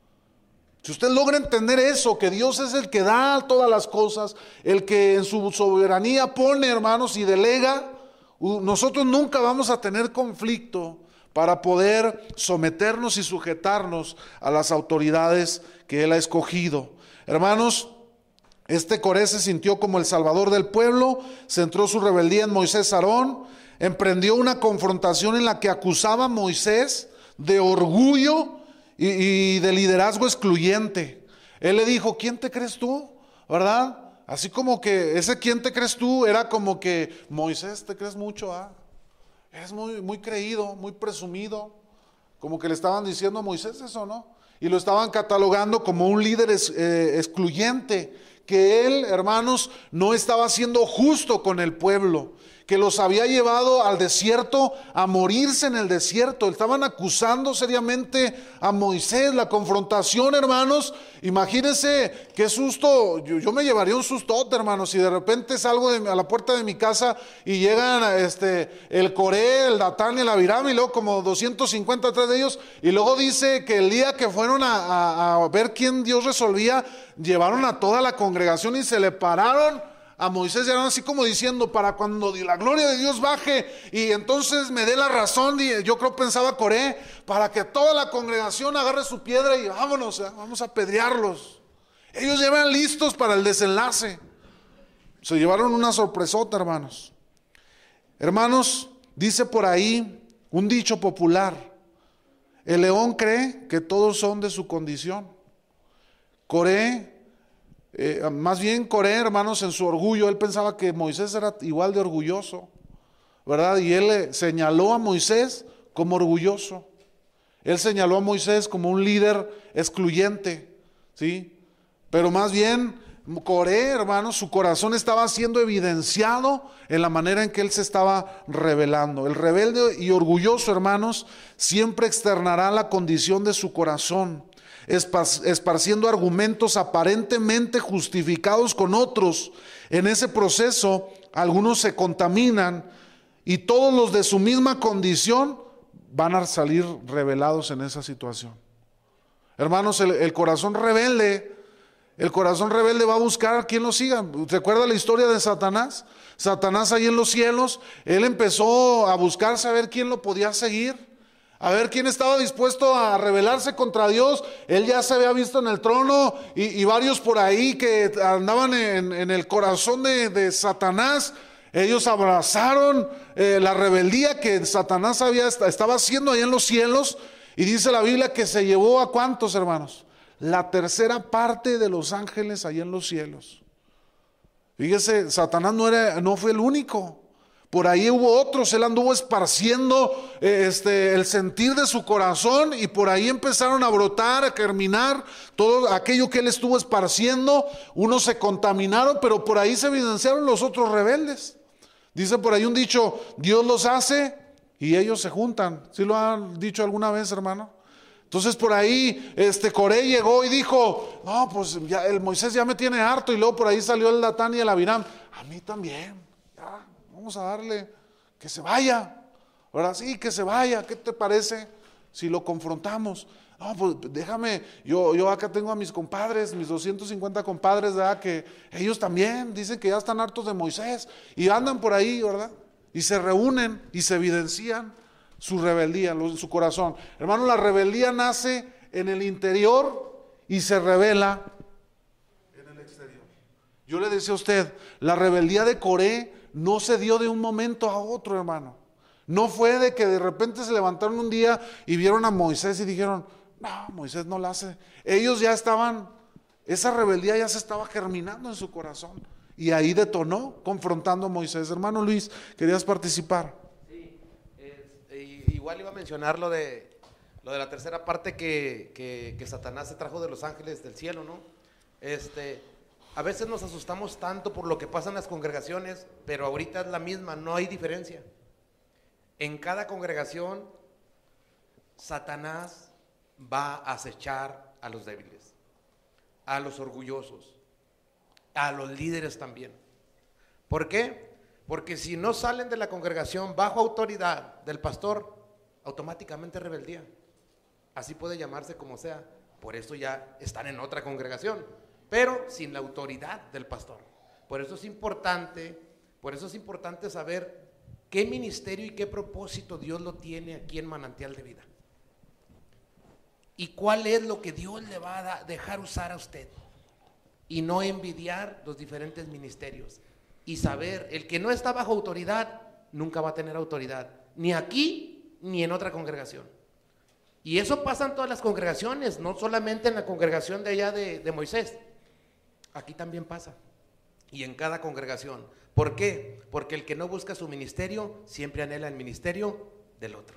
Si usted logra entender eso, que Dios es el que da todas las cosas, el que en su soberanía pone, hermanos, y delega, nosotros nunca vamos a tener conflicto para poder someternos y sujetarnos a las autoridades que Él ha escogido. Hermanos, este Coré se sintió como el salvador del pueblo, centró su rebeldía en Moisés Aarón, emprendió una confrontación en la que acusaba a Moisés de orgullo y, y de liderazgo excluyente. Él le dijo, ¿quién te crees tú? ¿Verdad? Así como que ese ¿quién te crees tú? Era como que, Moisés, te crees mucho, ¿ah? Eres muy, muy creído, muy presumido. Como que le estaban diciendo a Moisés eso, ¿no? Y lo estaban catalogando como un líder es, eh, excluyente, que él, hermanos, no estaba siendo justo con el pueblo, que los había llevado al desierto a morirse en el desierto. Estaban acusando seriamente a Moisés. La confrontación, hermanos, imagínense qué susto. Yo, yo me llevaría un sustote, hermanos, si de repente salgo de, a la puerta de mi casa y llegan este, el Coré, el Datán y el Abiram, y luego como doscientos cincuenta atrás de ellos, y luego dice que el día que fueron a, a, a ver quién Dios resolvía, llevaron a toda la congregación y se le pararon a Moisés, eran así como diciendo, para cuando la gloria de Dios baje y entonces me dé la razón. Y yo creo pensaba Coré, para que toda la congregación agarre su piedra y vámonos, vamos a apedrearlos. Ellos llevan listos para el desenlace. Se llevaron una sorpresota, hermanos. Hermanos, dice por ahí un dicho popular: el león cree que todos son de su condición. Coré Eh, más bien Coré, hermanos, en su orgullo, él pensaba que Moisés era igual de orgulloso, ¿verdad? Y él eh, señaló a Moisés como orgulloso. Él señaló a Moisés como un líder excluyente, ¿sí? Pero más bien Coré, hermanos, su corazón estaba siendo evidenciado en la manera en que él se estaba revelando. El rebelde y orgulloso, hermanos, siempre externará la condición de su corazón, esparciendo argumentos aparentemente justificados con otros. En ese proceso, algunos se contaminan y todos los de su misma condición van a salir revelados en esa situación. Hermanos, el, el corazón rebelde, el corazón rebelde va a buscar a quien lo siga. ¿Recuerda la historia de Satanás? Satanás ahí en los cielos, él empezó a buscar saber quién lo podía seguir, a ver quién estaba dispuesto a rebelarse contra Dios. Él ya se había visto en el trono y, y varios por ahí que andaban en, en el corazón de, de Satanás. Ellos abrazaron eh, la rebeldía que Satanás había, estaba haciendo ahí en los cielos. Y dice la Biblia que se llevó a ¿cuántos, hermanos? La tercera parte de los ángeles ahí en los cielos. Fíjese, Satanás no, era, no fue el único. Por ahí hubo otros. Él anduvo esparciendo eh, este, el sentir de su corazón, y por ahí empezaron a brotar, a germinar todo aquello que él estuvo esparciendo. Unos se contaminaron, pero por ahí se evidenciaron los otros rebeldes. Dice por ahí un dicho: Dios los hace y ellos se juntan. ¿Sí lo han dicho alguna vez, hermano? Entonces por ahí este Coré llegó y dijo, no, pues ya, el Moisés ya me tiene harto. Y luego por ahí salió el Datán y el Abiram, a mí también, ya, vamos a darle, que se vaya. Ahora sí, que se vaya, ¿qué te parece si lo confrontamos? No, pues déjame, yo, yo acá tengo a mis compadres, mis doscientos cincuenta compadres, ¿verdad? Que ellos también dicen que ya están hartos de Moisés y andan por ahí, ¿verdad? Y se reúnen y se evidencian su rebeldía, su corazón. Hermano, la rebeldía nace en el interior y se revela en el exterior. Yo le decía a usted, la rebeldía de Coré no se dio de un momento a otro, hermano. No fue de que de repente se levantaron un día y vieron a Moisés y dijeron, no, Moisés no la hace. Ellos ya estaban, esa rebeldía ya se estaba germinando en su corazón. Y ahí detonó, confrontando a Moisés. Hermano Luis, ¿querías participar? Sí, eh, igual iba a mencionar lo de, lo de la tercera parte que, que, que Satanás se trajo de los ángeles del cielo, ¿no? Este, a veces nos asustamos tanto por lo que pasa en las congregaciones, pero ahorita es la misma, no hay diferencia. En cada congregación, Satanás va a acechar a los débiles, a los orgullosos, a los líderes también. ¿Por qué? Porque si no salen de la congregación bajo autoridad del pastor, automáticamente rebeldía. Así puede llamarse como sea. Por eso ya están en otra congregación, pero sin la autoridad del pastor. Por eso es importante, por eso es importante saber qué ministerio y qué propósito Dios lo tiene aquí en Manantial de Vida. Y cuál es lo que Dios le va a dejar usar a usted. Y no envidiar los diferentes ministerios. Y saber, el que no está bajo autoridad, nunca va a tener autoridad. Ni aquí, ni en otra congregación. Y eso pasa en todas las congregaciones, no solamente en la congregación de allá de, de Moisés. Aquí también pasa. Y en cada congregación. ¿Por qué? Porque el que no busca su ministerio, siempre anhela el ministerio del otro.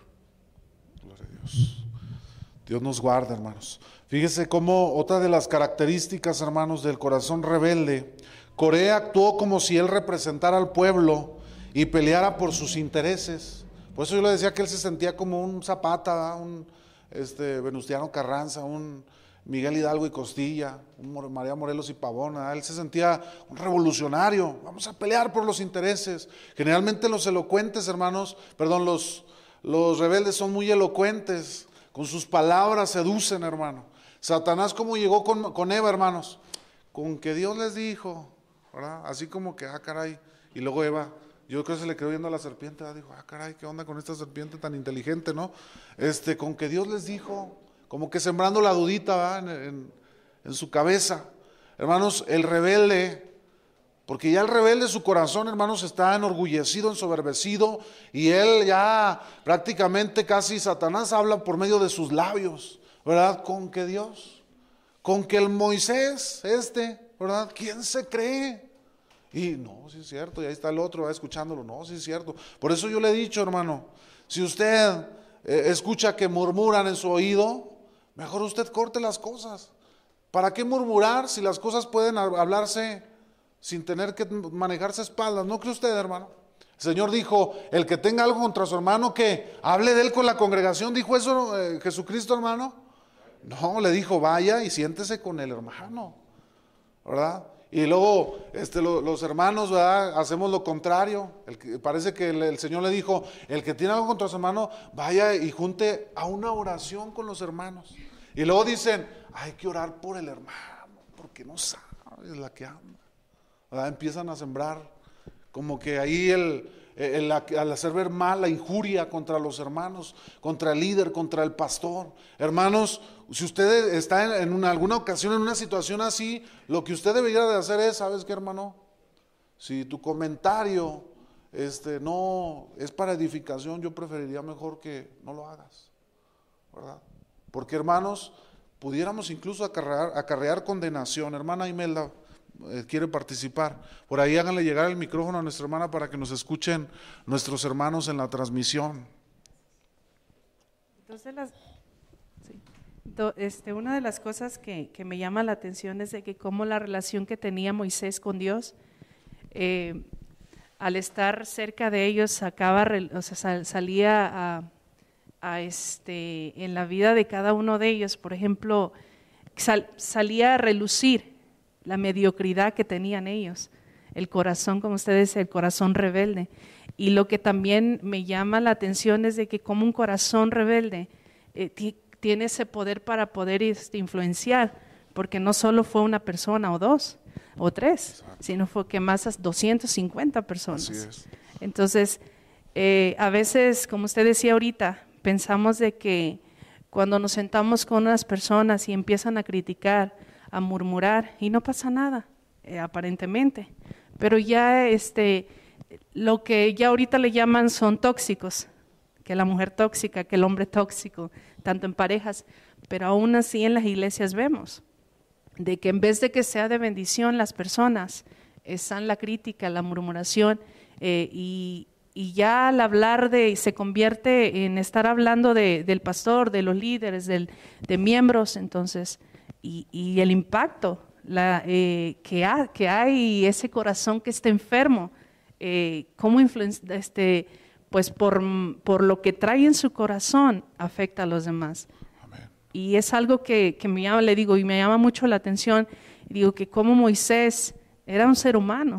Gloria a Dios. Dios nos guarda, hermanos. Fíjese cómo otra de las características, hermanos, del corazón rebelde, Coré actuó como si él representara al pueblo y peleara por sus intereses. Por eso yo le decía que él se sentía como un Zapata, un este, Venustiano Carranza, un Miguel Hidalgo y Costilla, un María Morelos y Pavón. Él se sentía un revolucionario. Vamos a pelear por los intereses. Generalmente los elocuentes, hermanos, perdón, los, los rebeldes son muy elocuentes. Con sus palabras seducen, hermano. Satanás, ¿cómo llegó con, con Eva, hermanos? Con que Dios les dijo, ¿verdad? Así como que, ah, caray. Y luego Eva, yo creo que se le quedó viendo a la serpiente, ¿verdad? Dijo, ah, caray, ¿qué onda con esta serpiente tan inteligente, no? Este, con que Dios les dijo, como que sembrando la dudita, ¿verdad? En, en, en su cabeza. Hermanos, el rebelde, porque ya el rebelde, su corazón, hermanos, está enorgullecido, ensoberbecido, y él ya prácticamente casi Satanás habla por medio de sus labios, ¿verdad? Con que Dios, con que el Moisés, este, ¿verdad? ¿Quién se cree? Y no, sí es cierto, y ahí está el otro, va escuchándolo, no, sí es cierto. Por eso yo le he dicho, hermano, si usted eh, escucha que murmuran en su oído, mejor usted corte las cosas. ¿Para qué murmurar si las cosas pueden hablarse sin tener que manejarse espaldas? ¿No cree usted, hermano? El Señor dijo, el que tenga algo contra su hermano, que hable de él con la congregación. ¿Dijo eso eh, Jesucristo, hermano? No, le dijo, vaya y siéntese con el hermano, ¿verdad? Y luego este, lo, los hermanos, ¿verdad? Hacemos lo contrario. El que, parece que el, el Señor le dijo, el que tiene algo contra su hermano, vaya y junte a una oración con los hermanos. Y luego dicen, hay que orar por el hermano, porque no sabes la que anda. ¿Verdad? Empiezan a sembrar como que ahí el, el, el, al hacer ver mal la injuria contra los hermanos, contra el líder, contra el pastor. Hermanos, si usted está en, en una, alguna ocasión en una situación así, lo que usted debería de hacer es, ¿sabes qué, hermano? Si tu comentario este, no es para edificación, yo preferiría mejor que no lo hagas, ¿verdad? Porque, hermanos, pudiéramos incluso acarrear, acarrear condenación. Hermana Imelda eh, quiere participar. Por ahí háganle llegar el micrófono a nuestra hermana para que nos escuchen nuestros hermanos en la transmisión. Entonces, las, sí. este, una de las cosas que, que me llama la atención es de que cómo la relación que tenía Moisés con Dios, eh, al estar cerca de ellos, sacaba, o sea, salía a a este, en la vida de cada uno de ellos. Por ejemplo, sal, salía a relucir la mediocridad que tenían ellos, el corazón, como ustedes, el corazón rebelde. Y lo que también me llama la atención es de que como un corazón rebelde eh, t- tiene ese poder para poder este, influenciar, porque no solo fue una persona o dos o tres, Exacto. sino fue que más de doscientas cincuenta personas. Así es. Entonces, eh, a veces, como usted decía ahorita, pensamos de que cuando nos sentamos con unas personas y empiezan a criticar, a murmurar, y no pasa nada, eh, aparentemente, pero ya este, lo que ya ahorita le llaman son tóxicos, que la mujer tóxica, que el hombre tóxico, tanto en parejas, pero aún así en las iglesias vemos de que en vez de que sea de bendición las personas, están la crítica, la murmuración, eh, y, y ya al hablar de, se convierte en estar hablando de, del pastor, de los líderes, del, de miembros, entonces, y, y el impacto la, eh, que, ha, que hay, ese corazón que está enfermo, eh, cómo influencia, este, pues por, por lo que trae en su corazón, afecta a los demás. Amén. Y es algo que, que me llama, le digo, y me llama mucho la atención, digo que como Moisés era un ser humano,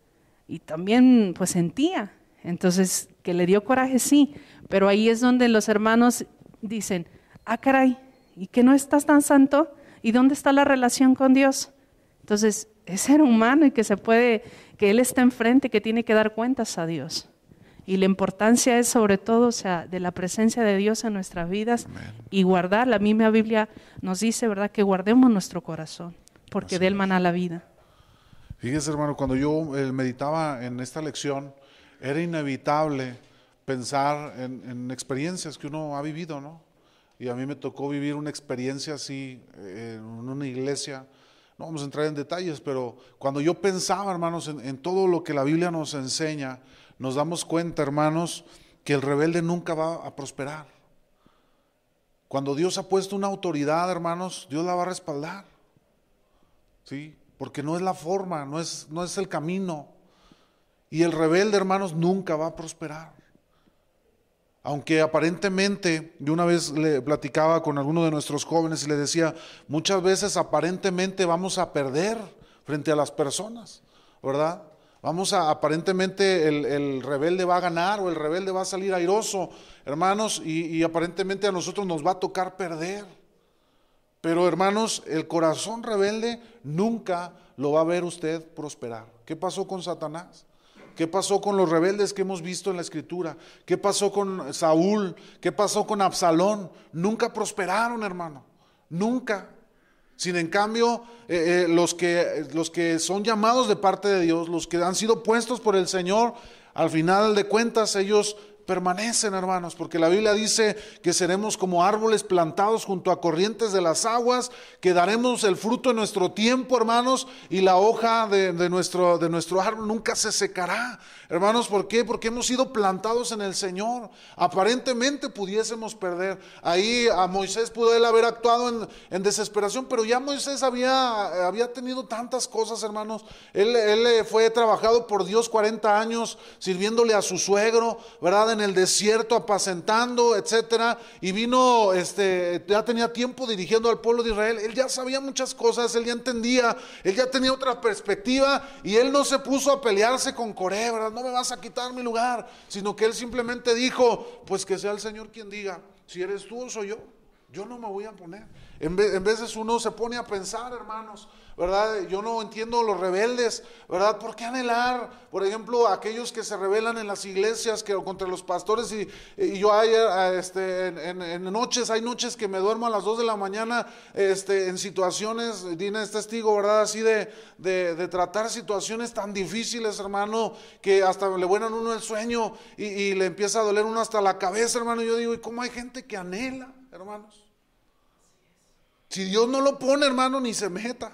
y también pues sentía, entonces que le dio coraje, sí, pero ahí es donde los hermanos dicen, ah caray, ¿y que no estás tan santo? ¿Y dónde está la relación con Dios? Entonces, es ser humano y que se puede, que Él está enfrente, que tiene que dar cuentas a Dios. Y la importancia es sobre todo, o sea, de la presencia de Dios en nuestras vidas. Amén. Y guardar, la misma Biblia nos dice, ¿verdad?, que guardemos nuestro corazón, porque Así de Él mana la vida. Fíjese, hermano, cuando yo eh, meditaba en esta lección, era inevitable pensar en, en experiencias que uno ha vivido, ¿no? Y a mí me tocó vivir una experiencia así eh, en una iglesia. No vamos a entrar en detalles, pero cuando yo pensaba, hermanos, en, en todo lo que la Biblia nos enseña, nos damos cuenta, hermanos, que el rebelde nunca va a prosperar. Cuando Dios ha puesto una autoridad, hermanos, Dios la va a respaldar, ¿sí? Porque no es la forma, no es, no es el camino. Y el rebelde, hermanos, nunca va a prosperar. Aunque aparentemente, yo una vez le platicaba con alguno de nuestros jóvenes y le decía, muchas veces aparentemente vamos a perder frente a las personas, ¿verdad? Vamos a, aparentemente el, el rebelde va a ganar o el rebelde va a salir airoso, hermanos, y, y aparentemente a nosotros nos va a tocar perder. Pero hermanos, el corazón rebelde nunca lo va a ver usted prosperar. ¿Qué pasó con Satanás? ¿Qué pasó con los rebeldes que hemos visto en la Escritura? ¿Qué pasó con Saúl? ¿Qué pasó con Absalón? Nunca prosperaron, hermano, nunca. Sin en cambio, eh, eh, los, que, los que son llamados de parte de Dios, los que han sido puestos por el Señor, al final de cuentas ellos permanecen, hermanos, porque la Biblia dice que seremos como árboles plantados junto a corrientes de las aguas, que daremos el fruto en nuestro tiempo, hermanos, y la hoja de, de, nuestro, de nuestro árbol nunca se secará. Hermanos, ¿por qué? Porque hemos sido plantados en el Señor. Aparentemente pudiésemos perder. Ahí a Moisés pudo él haber actuado en, en desesperación, pero ya Moisés había, había tenido tantas cosas, hermanos. Él, él fue trabajado por Dios cuarenta años sirviéndole a su suegro, ¿verdad?, en el desierto, apacentando, etcétera, y vino, este, ya tenía tiempo dirigiendo al pueblo de Israel. Él ya sabía muchas cosas, él ya entendía, él ya tenía otra perspectiva, y él no se puso a pelearse con Coré, ¿verdad? No me vas a quitar mi lugar, sino que él simplemente dijo, pues que sea el Señor quien diga, si eres tú o soy yo, yo no me voy a poner. En, vez, en veces uno se pone a pensar, hermanos, ¿verdad? Yo no entiendo los rebeldes, ¿verdad? ¿Por qué anhelar, por ejemplo, aquellos que se rebelan en las iglesias que, contra los pastores? Y, y yo hay, este, en, en noches, hay noches que me duermo a las dos de la mañana este, en situaciones, Dina es testigo, ¿verdad? Así de, de, de tratar situaciones tan difíciles, hermano, que hasta le vuelan uno el sueño y, y le empieza a doler uno hasta la cabeza, hermano. Y yo digo, ¿y cómo hay gente que anhela, hermanos? Si Dios no lo pone, hermano, ni se meta.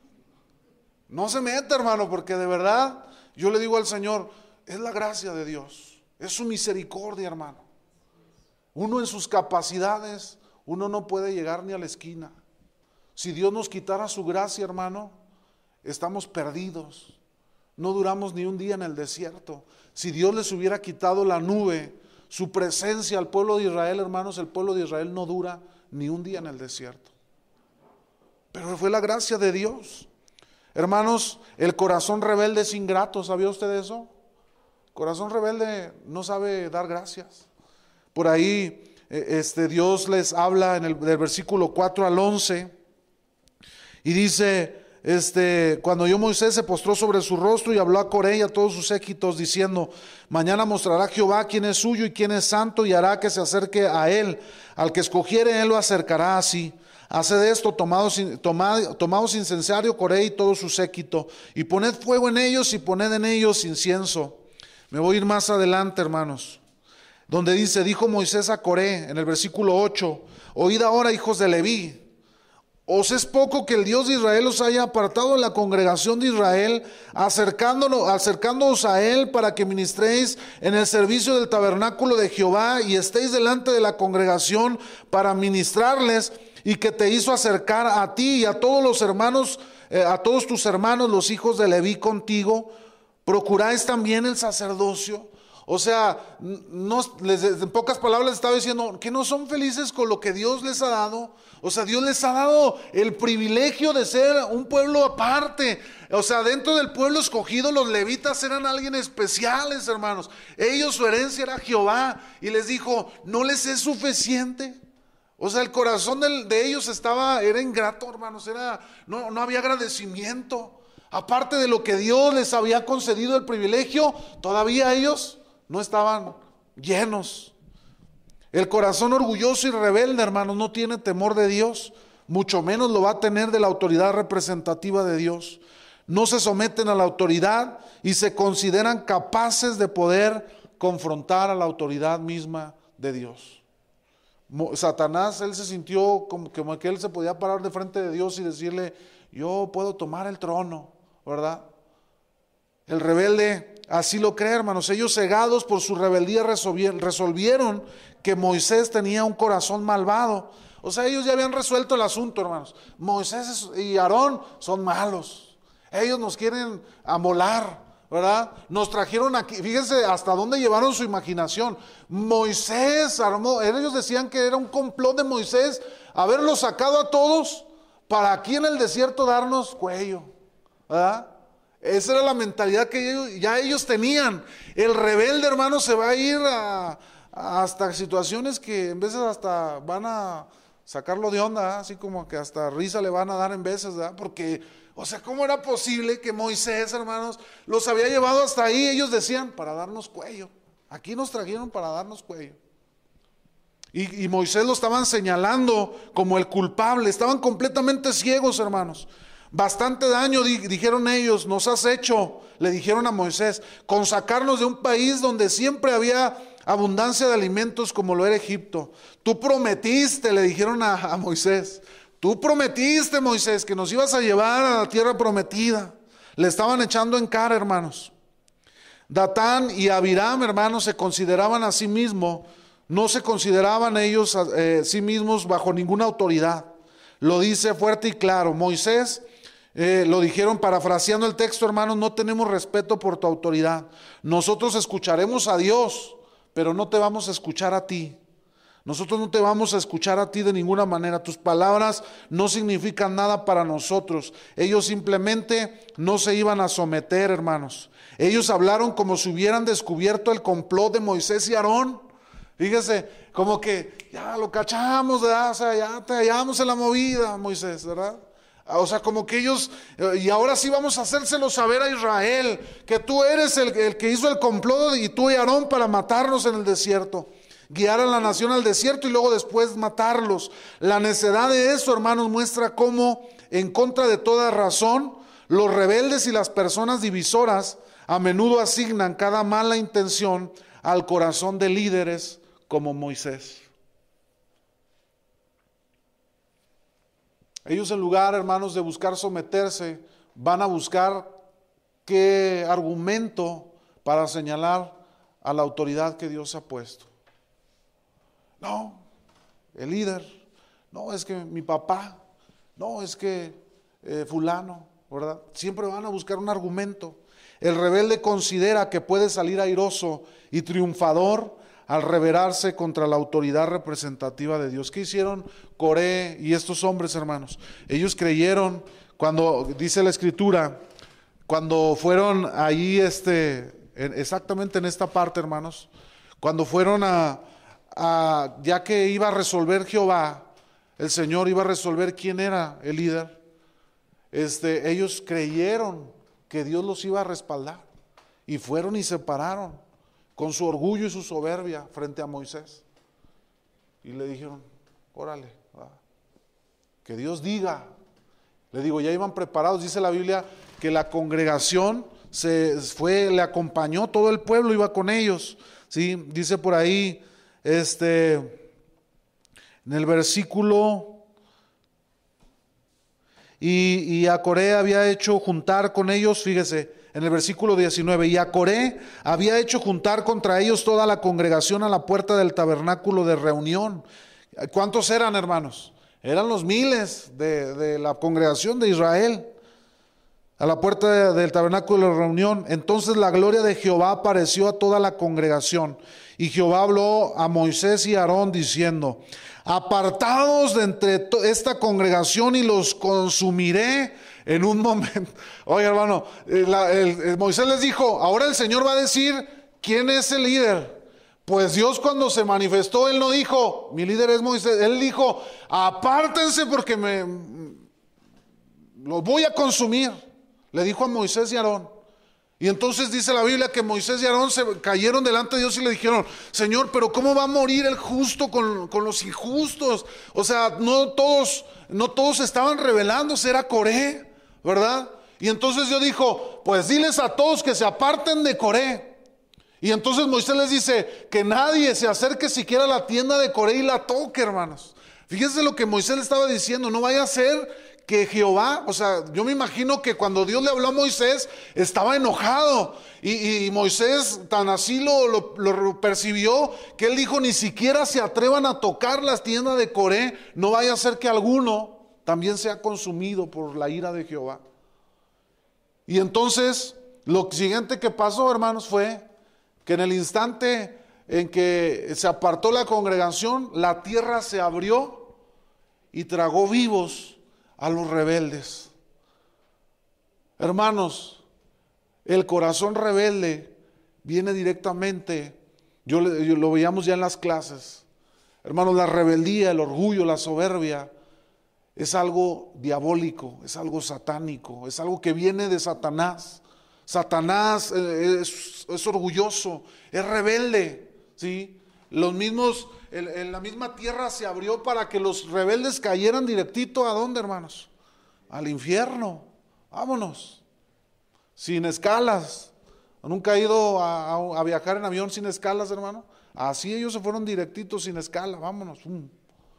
No se meta, hermano, porque de verdad yo le digo al Señor, es la gracia de Dios, es su misericordia, hermano. Uno en sus capacidades, uno no puede llegar ni a la esquina. Si Dios nos quitara su gracia, hermano, estamos perdidos. No duramos ni un día en el desierto. Si Dios les hubiera quitado la nube su presencia al pueblo de Israel, hermanos, el pueblo de Israel no dura ni un día en el desierto. Pero fue la gracia de Dios. Hermanos, el corazón rebelde es ingrato, ¿sabía usted eso? Corazón rebelde no sabe dar gracias. Por ahí este, Dios les habla en el del versículo cuatro al once y dice, este, cuando oyó Moisés se postró sobre su rostro y habló a Coré y a todos sus séquitos diciendo, mañana mostrará Jehová quién es suyo y quién es santo y hará que se acerque a él. Al que escogiere él lo acercará así. Haced esto, tomados, tomad, tomaos incensario, Coré y todo su séquito, y poned fuego en ellos y poned en ellos incienso. Me voy a ir más adelante, hermanos, donde dice, dijo Moisés a Coré, en el versículo ocho, oíd ahora, hijos de Leví, ¿os es poco que el Dios de Israel os haya apartado de la congregación de Israel, acercándonos, acercándoos a él para que ministréis en el servicio del tabernáculo de Jehová y estéis delante de la congregación para ministrarles, y que te hizo acercar a ti y a todos los hermanos, eh, a todos tus hermanos, los hijos de Leví contigo? ¿Procuráis también el sacerdocio? O sea, no, les, en pocas palabras les estaba diciendo que no son felices con lo que Dios les ha dado. O sea, Dios les ha dado el privilegio de ser un pueblo aparte. O sea, dentro del pueblo escogido los levitas eran alguien especiales, hermanos. Ellos, su herencia era Jehová. Y les dijo, ¿no les es suficiente? O sea, el corazón de, de ellos estaba, era ingrato, hermanos. Era, no, no había agradecimiento. Aparte de lo que Dios les había concedido el privilegio, todavía ellos no estaban llenos. El corazón orgulloso y rebelde, hermanos, no tiene temor de Dios, mucho menos lo va a tener de la autoridad representativa de Dios. No se someten a la autoridad y se consideran capaces de poder confrontar a la autoridad misma de Dios. Satanás, él se sintió como, como que él se podía parar de frente de Dios y decirle, yo puedo tomar el trono, ¿verdad? El rebelde así lo cree, hermanos. Ellos, cegados por su rebeldía, resolvieron que Moisés tenía un corazón malvado. O sea, ellos ya habían resuelto el asunto, hermanos. Moisés y Aarón son malos. Ellos nos quieren amolar, ¿verdad? Nos trajeron aquí, fíjense hasta dónde llevaron su imaginación. Moisés armó, ellos decían que era un complot de Moisés haberlos sacado a todos para aquí en el desierto darnos cuello, ¿verdad? Esa era la mentalidad que ellos, ya ellos tenían. El rebelde, hermano, se va a ir a, a hasta situaciones que en veces hasta van a sacarlo de onda, ¿verdad? Así como que hasta risa le van a dar en veces, ¿verdad? Porque, o sea, ¿cómo era posible que Moisés, hermanos, los había llevado hasta ahí? Ellos decían, para darnos cuello. Aquí nos trajeron para darnos cuello. Y, y Moisés lo estaban señalando como el culpable. Estaban completamente ciegos, hermanos. Bastante daño, dijeron ellos, nos has hecho, le dijeron a Moisés, con sacarnos de un país donde siempre había abundancia de alimentos como lo era Egipto. Tú prometiste, le dijeron a, a Moisés, tú prometiste, Moisés, que nos ibas a llevar a la tierra prometida. Le estaban echando en cara, hermanos. Datán y Abiram, hermanos, se consideraban a sí mismos, no se consideraban ellos a eh, sí mismos bajo ninguna autoridad. Lo dice fuerte y claro. Moisés, eh, lo dijeron parafraseando el texto, hermanos, no tenemos respeto por tu autoridad. Nosotros escucharemos a Dios, pero no te vamos a escuchar a ti. Nosotros no te vamos a escuchar a ti de ninguna manera. Tus palabras no significan nada para nosotros. Ellos simplemente no se iban a someter, hermanos. Ellos hablaron como si hubieran descubierto el complot de Moisés y Aarón. Fíjese, como que ya lo cachamos, ¿verdad? O sea, ya te hallamos en la movida, Moisés, ¿verdad? O sea, como que ellos, y ahora sí vamos a hacérselo saber a Israel, que tú eres el, el que hizo el complot y tú y Aarón para matarnos en el desierto. Guiar a la nación al desierto y luego después matarlos. La necedad de eso, hermanos, muestra cómo en contra de toda razón, los rebeldes y las personas divisoras a menudo asignan cada mala intención al corazón de líderes como Moisés. Ellos, en lugar, hermanos, de buscar someterse, van a buscar qué argumento para señalar a la autoridad que Dios ha puesto. No, el líder, no, es que mi papá, no, es que eh, fulano, ¿verdad? Siempre van a buscar un argumento. El rebelde considera que puede salir airoso y triunfador al rebelarse contra la autoridad representativa de Dios. ¿Qué hicieron Coré y estos hombres, hermanos? Ellos creyeron, cuando dice la Escritura, cuando fueron ahí, este, en, exactamente en esta parte, hermanos, cuando fueron a, a, ya que iba a resolver Jehová, el Señor iba a resolver quién era el líder, este, ellos creyeron que Dios los iba a respaldar y fueron y se pararon con su orgullo y su soberbia frente a Moisés y le dijeron, órale, va, que Dios diga. Le digo, ya iban preparados, dice la Biblia que la congregación se fue, le acompañó, todo el pueblo iba con ellos, ¿sí? Dice por ahí, este, en el versículo, y, y a Coré había hecho juntar con ellos, fíjese, en el versículo diecinueve, y a Coré había hecho juntar contra ellos toda la congregación a la puerta del tabernáculo de reunión. ¿Cuántos eran, hermanos? Eran los miles de, de la congregación de Israel, a la puerta de, del tabernáculo de reunión. Entonces la gloria de Jehová apareció a toda la congregación, y Jehová habló a Moisés y a Aarón diciendo, apartados de entre esta congregación y los consumiré en un momento. Oye, hermano, el, el, el Moisés les dijo, ahora el Señor va a decir quién es el líder. Pues Dios, cuando se manifestó, Él no dijo, mi líder es Moisés. Él dijo, apártense porque me los voy a consumir. Le dijo a Moisés y a Aarón. Y entonces dice la Biblia que Moisés y Aarón se cayeron delante de Dios y le dijeron, Señor, pero ¿cómo va a morir el justo con, con los injustos? O sea, no todos, no todos estaban rebelándose, era Coré, ¿verdad? Y entonces Dios dijo, pues diles a todos que se aparten de Coré. Y entonces Moisés les dice, que nadie se acerque siquiera a la tienda de Coré y la toque, hermanos. Fíjense lo que Moisés le estaba diciendo, no vaya a ser que Jehová, o sea, yo me imagino que cuando Dios le habló a Moisés, estaba enojado. Y, y Moisés tan así lo, lo, lo percibió, que él dijo, ni siquiera se atrevan a tocar las tiendas de Coré, no vaya a ser que alguno también sea consumido por la ira de Jehová. Y entonces, lo siguiente que pasó, hermanos, fue que en el instante en que se apartó la congregación, la tierra se abrió y tragó vivos a los rebeldes. Hermanos, el corazón rebelde viene directamente, yo, yo lo veíamos ya en las clases, hermanos, la rebeldía, el orgullo, la soberbia es algo diabólico, es algo satánico, es algo que viene de Satanás. Satanás es, es orgulloso, es rebelde, ¿sí? Los mismos, en, en la misma tierra se abrió para que los rebeldes cayeran directito, ¿a dónde, hermanos? Al infierno, vámonos, sin escalas. ¿Nunca ha ido a, a, a viajar en avión sin escalas, hermano? Así ellos se fueron directitos, sin escala, vámonos. Um.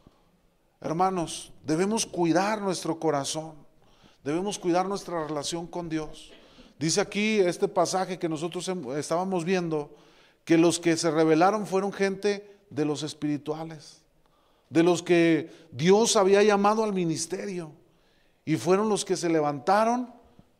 Hermanos, debemos cuidar nuestro corazón, debemos cuidar nuestra relación con Dios. Dice aquí este pasaje que nosotros estábamos viendo, que los que se rebelaron fueron gente de los espirituales, de los que Dios había llamado al ministerio, y fueron los que se levantaron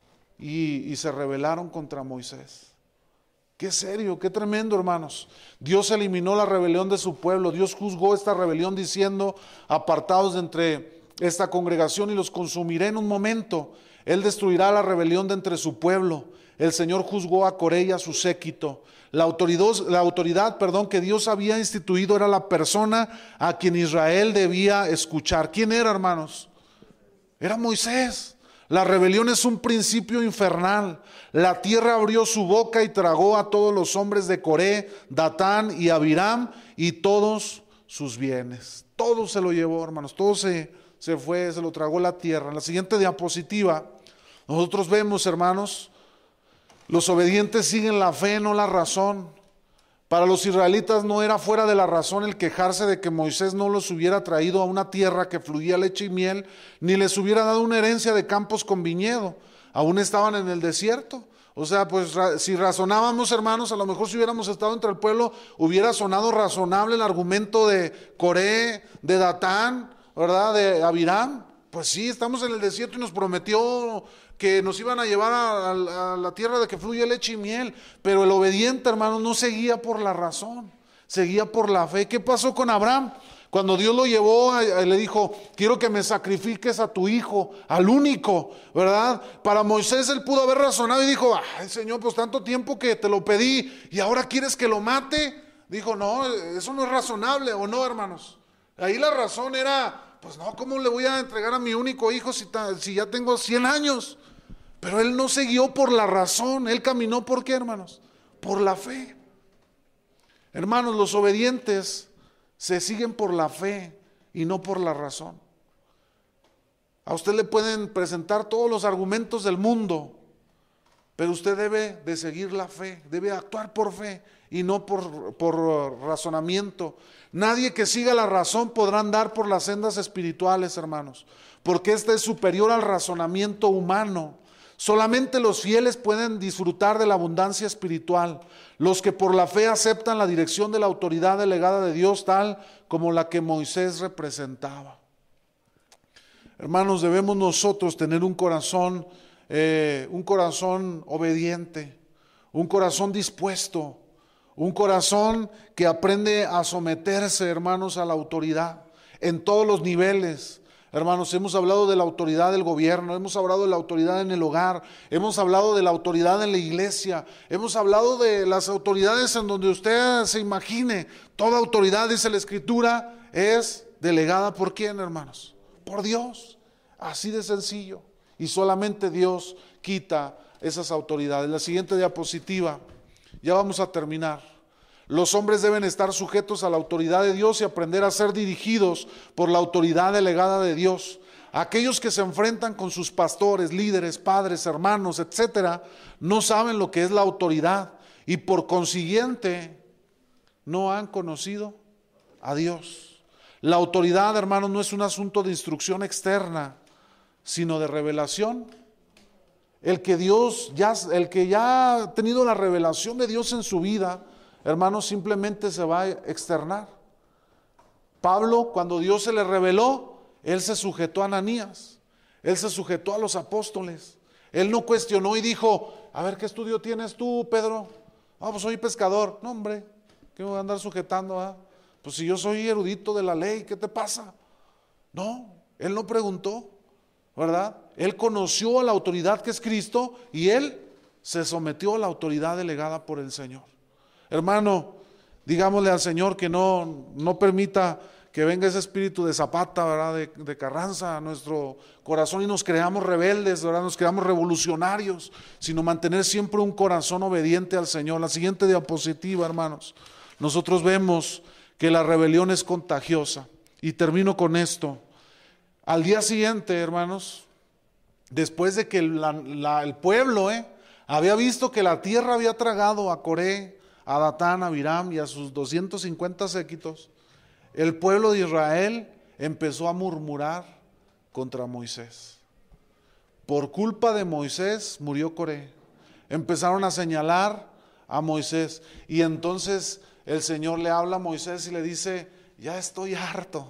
y, y se rebelaron contra Moisés. Qué serio, qué tremendo, hermanos. Dios eliminó la rebelión de su pueblo, Dios juzgó esta rebelión diciendo, apartados de entre esta congregación y los consumiré en un momento. Él destruirá la rebelión de entre su pueblo. El Señor juzgó a Coré y a su séquito. La autoridad, la autoridad, perdón, que Dios había instituido era la persona a quien Israel debía escuchar. ¿Quién era, hermanos? Era Moisés. La rebelión es un principio infernal. La tierra abrió su boca y tragó a todos los hombres de Coré, Datán y Abiram y todos sus bienes. Todo se lo llevó, hermanos. Todo se, se fue, se lo tragó la tierra. En la siguiente diapositiva, nosotros vemos, hermanos, los obedientes siguen la fe, no la razón. Para los israelitas no era fuera de la razón el quejarse de que Moisés no los hubiera traído a una tierra que fluía leche y miel, ni les hubiera dado una herencia de campos con viñedo. Aún estaban en el desierto. O sea, pues si razonábamos, hermanos, a lo mejor si hubiéramos estado entre el pueblo, hubiera sonado razonable el argumento de Coré, de Datán, ¿verdad? De Abiram. Pues sí, estamos en el desierto y nos prometió que nos iban a llevar a, a, a la tierra de que fluye leche y miel, pero el obediente, hermano, no seguía por la razón, seguía por la fe. ¿Qué pasó con Abraham? Cuando Dios lo llevó, le dijo, quiero que me sacrifiques a tu hijo, al único, ¿verdad? Para Moisés él pudo haber razonado y dijo, ay Señor, pues tanto tiempo que te lo pedí y ahora quieres que lo mate. Dijo, no, eso no es razonable, ¿o no, hermanos? Ahí la razón era, pues no, ¿cómo le voy a entregar a mi único hijo si, ta, si ya tengo cien años? Pero él no se guió por la razón, él caminó ¿por qué, hermanos? Por la fe. Hermanos, los obedientes se siguen por la fe y no por la razón. A usted le pueden presentar todos los argumentos del mundo, pero usted debe de seguir la fe, debe actuar por fe y no por, por razonamiento. Nadie que siga la razón podrá andar por las sendas espirituales, hermanos, porque esta es superior al razonamiento humano. Solamente los fieles pueden disfrutar de la abundancia espiritual, los que por la fe aceptan la dirección de la autoridad delegada de Dios, tal como la que Moisés representaba. Hermanos, debemos nosotros tener un corazón, eh, un corazón obediente, un corazón dispuesto, un corazón que aprende a someterse, hermanos, a la autoridad en todos los niveles. Hermanos, hemos hablado de la autoridad del gobierno, hemos hablado de la autoridad en el hogar, hemos hablado de la autoridad en la iglesia, hemos hablado de las autoridades en donde usted se imagine. Toda autoridad, dice la Escritura, es delegada ¿por quién, hermanos? Por Dios, así de sencillo. Y solamente Dios quita esas autoridades. La siguiente diapositiva, ya vamos a terminar. Los hombres deben estar sujetos a la autoridad de Dios y aprender a ser dirigidos por la autoridad delegada de Dios. Aquellos que se enfrentan con sus pastores, líderes, padres, hermanos, etcétera, no saben lo que es la autoridad y por consiguiente no han conocido a Dios. La autoridad, hermanos, no es un asunto de instrucción externa, sino de revelación. El que Dios ya, el que ya ha tenido la revelación de Dios en su vida, hermanos, simplemente se va a externar. Pablo, cuando Dios se le reveló, él se sujetó a Ananías, él se sujetó a los apóstoles, él no cuestionó y dijo, a ver, ¿qué estudio tienes tú, Pedro? Ah, pues soy pescador. No, hombre, ¿qué me voy a andar sujetando? Ah? Pues si yo soy erudito de la ley, ¿qué te pasa? No, él no preguntó, ¿verdad? Él conoció a la autoridad que es Cristo y él se sometió a la autoridad delegada por el Señor. Hermano, digámosle al Señor que no, no permita que venga ese espíritu de Zapata, ¿verdad? De, de Carranza a nuestro corazón y nos creamos rebeldes, ¿verdad? Nos creamos revolucionarios, sino mantener siempre un corazón obediente al Señor. La siguiente diapositiva, hermanos, nosotros vemos que la rebelión es contagiosa y termino con esto. Al día siguiente, hermanos, después de que la, la, el pueblo eh, había visto que la tierra había tragado a Coré, a Datán, a Abiram y a sus doscientos cincuenta séquitos, el pueblo de Israel empezó a murmurar contra Moisés. Por culpa de Moisés murió Coré. Empezaron a señalar a Moisés y entonces el Señor le habla a Moisés y le dice, ya estoy harto,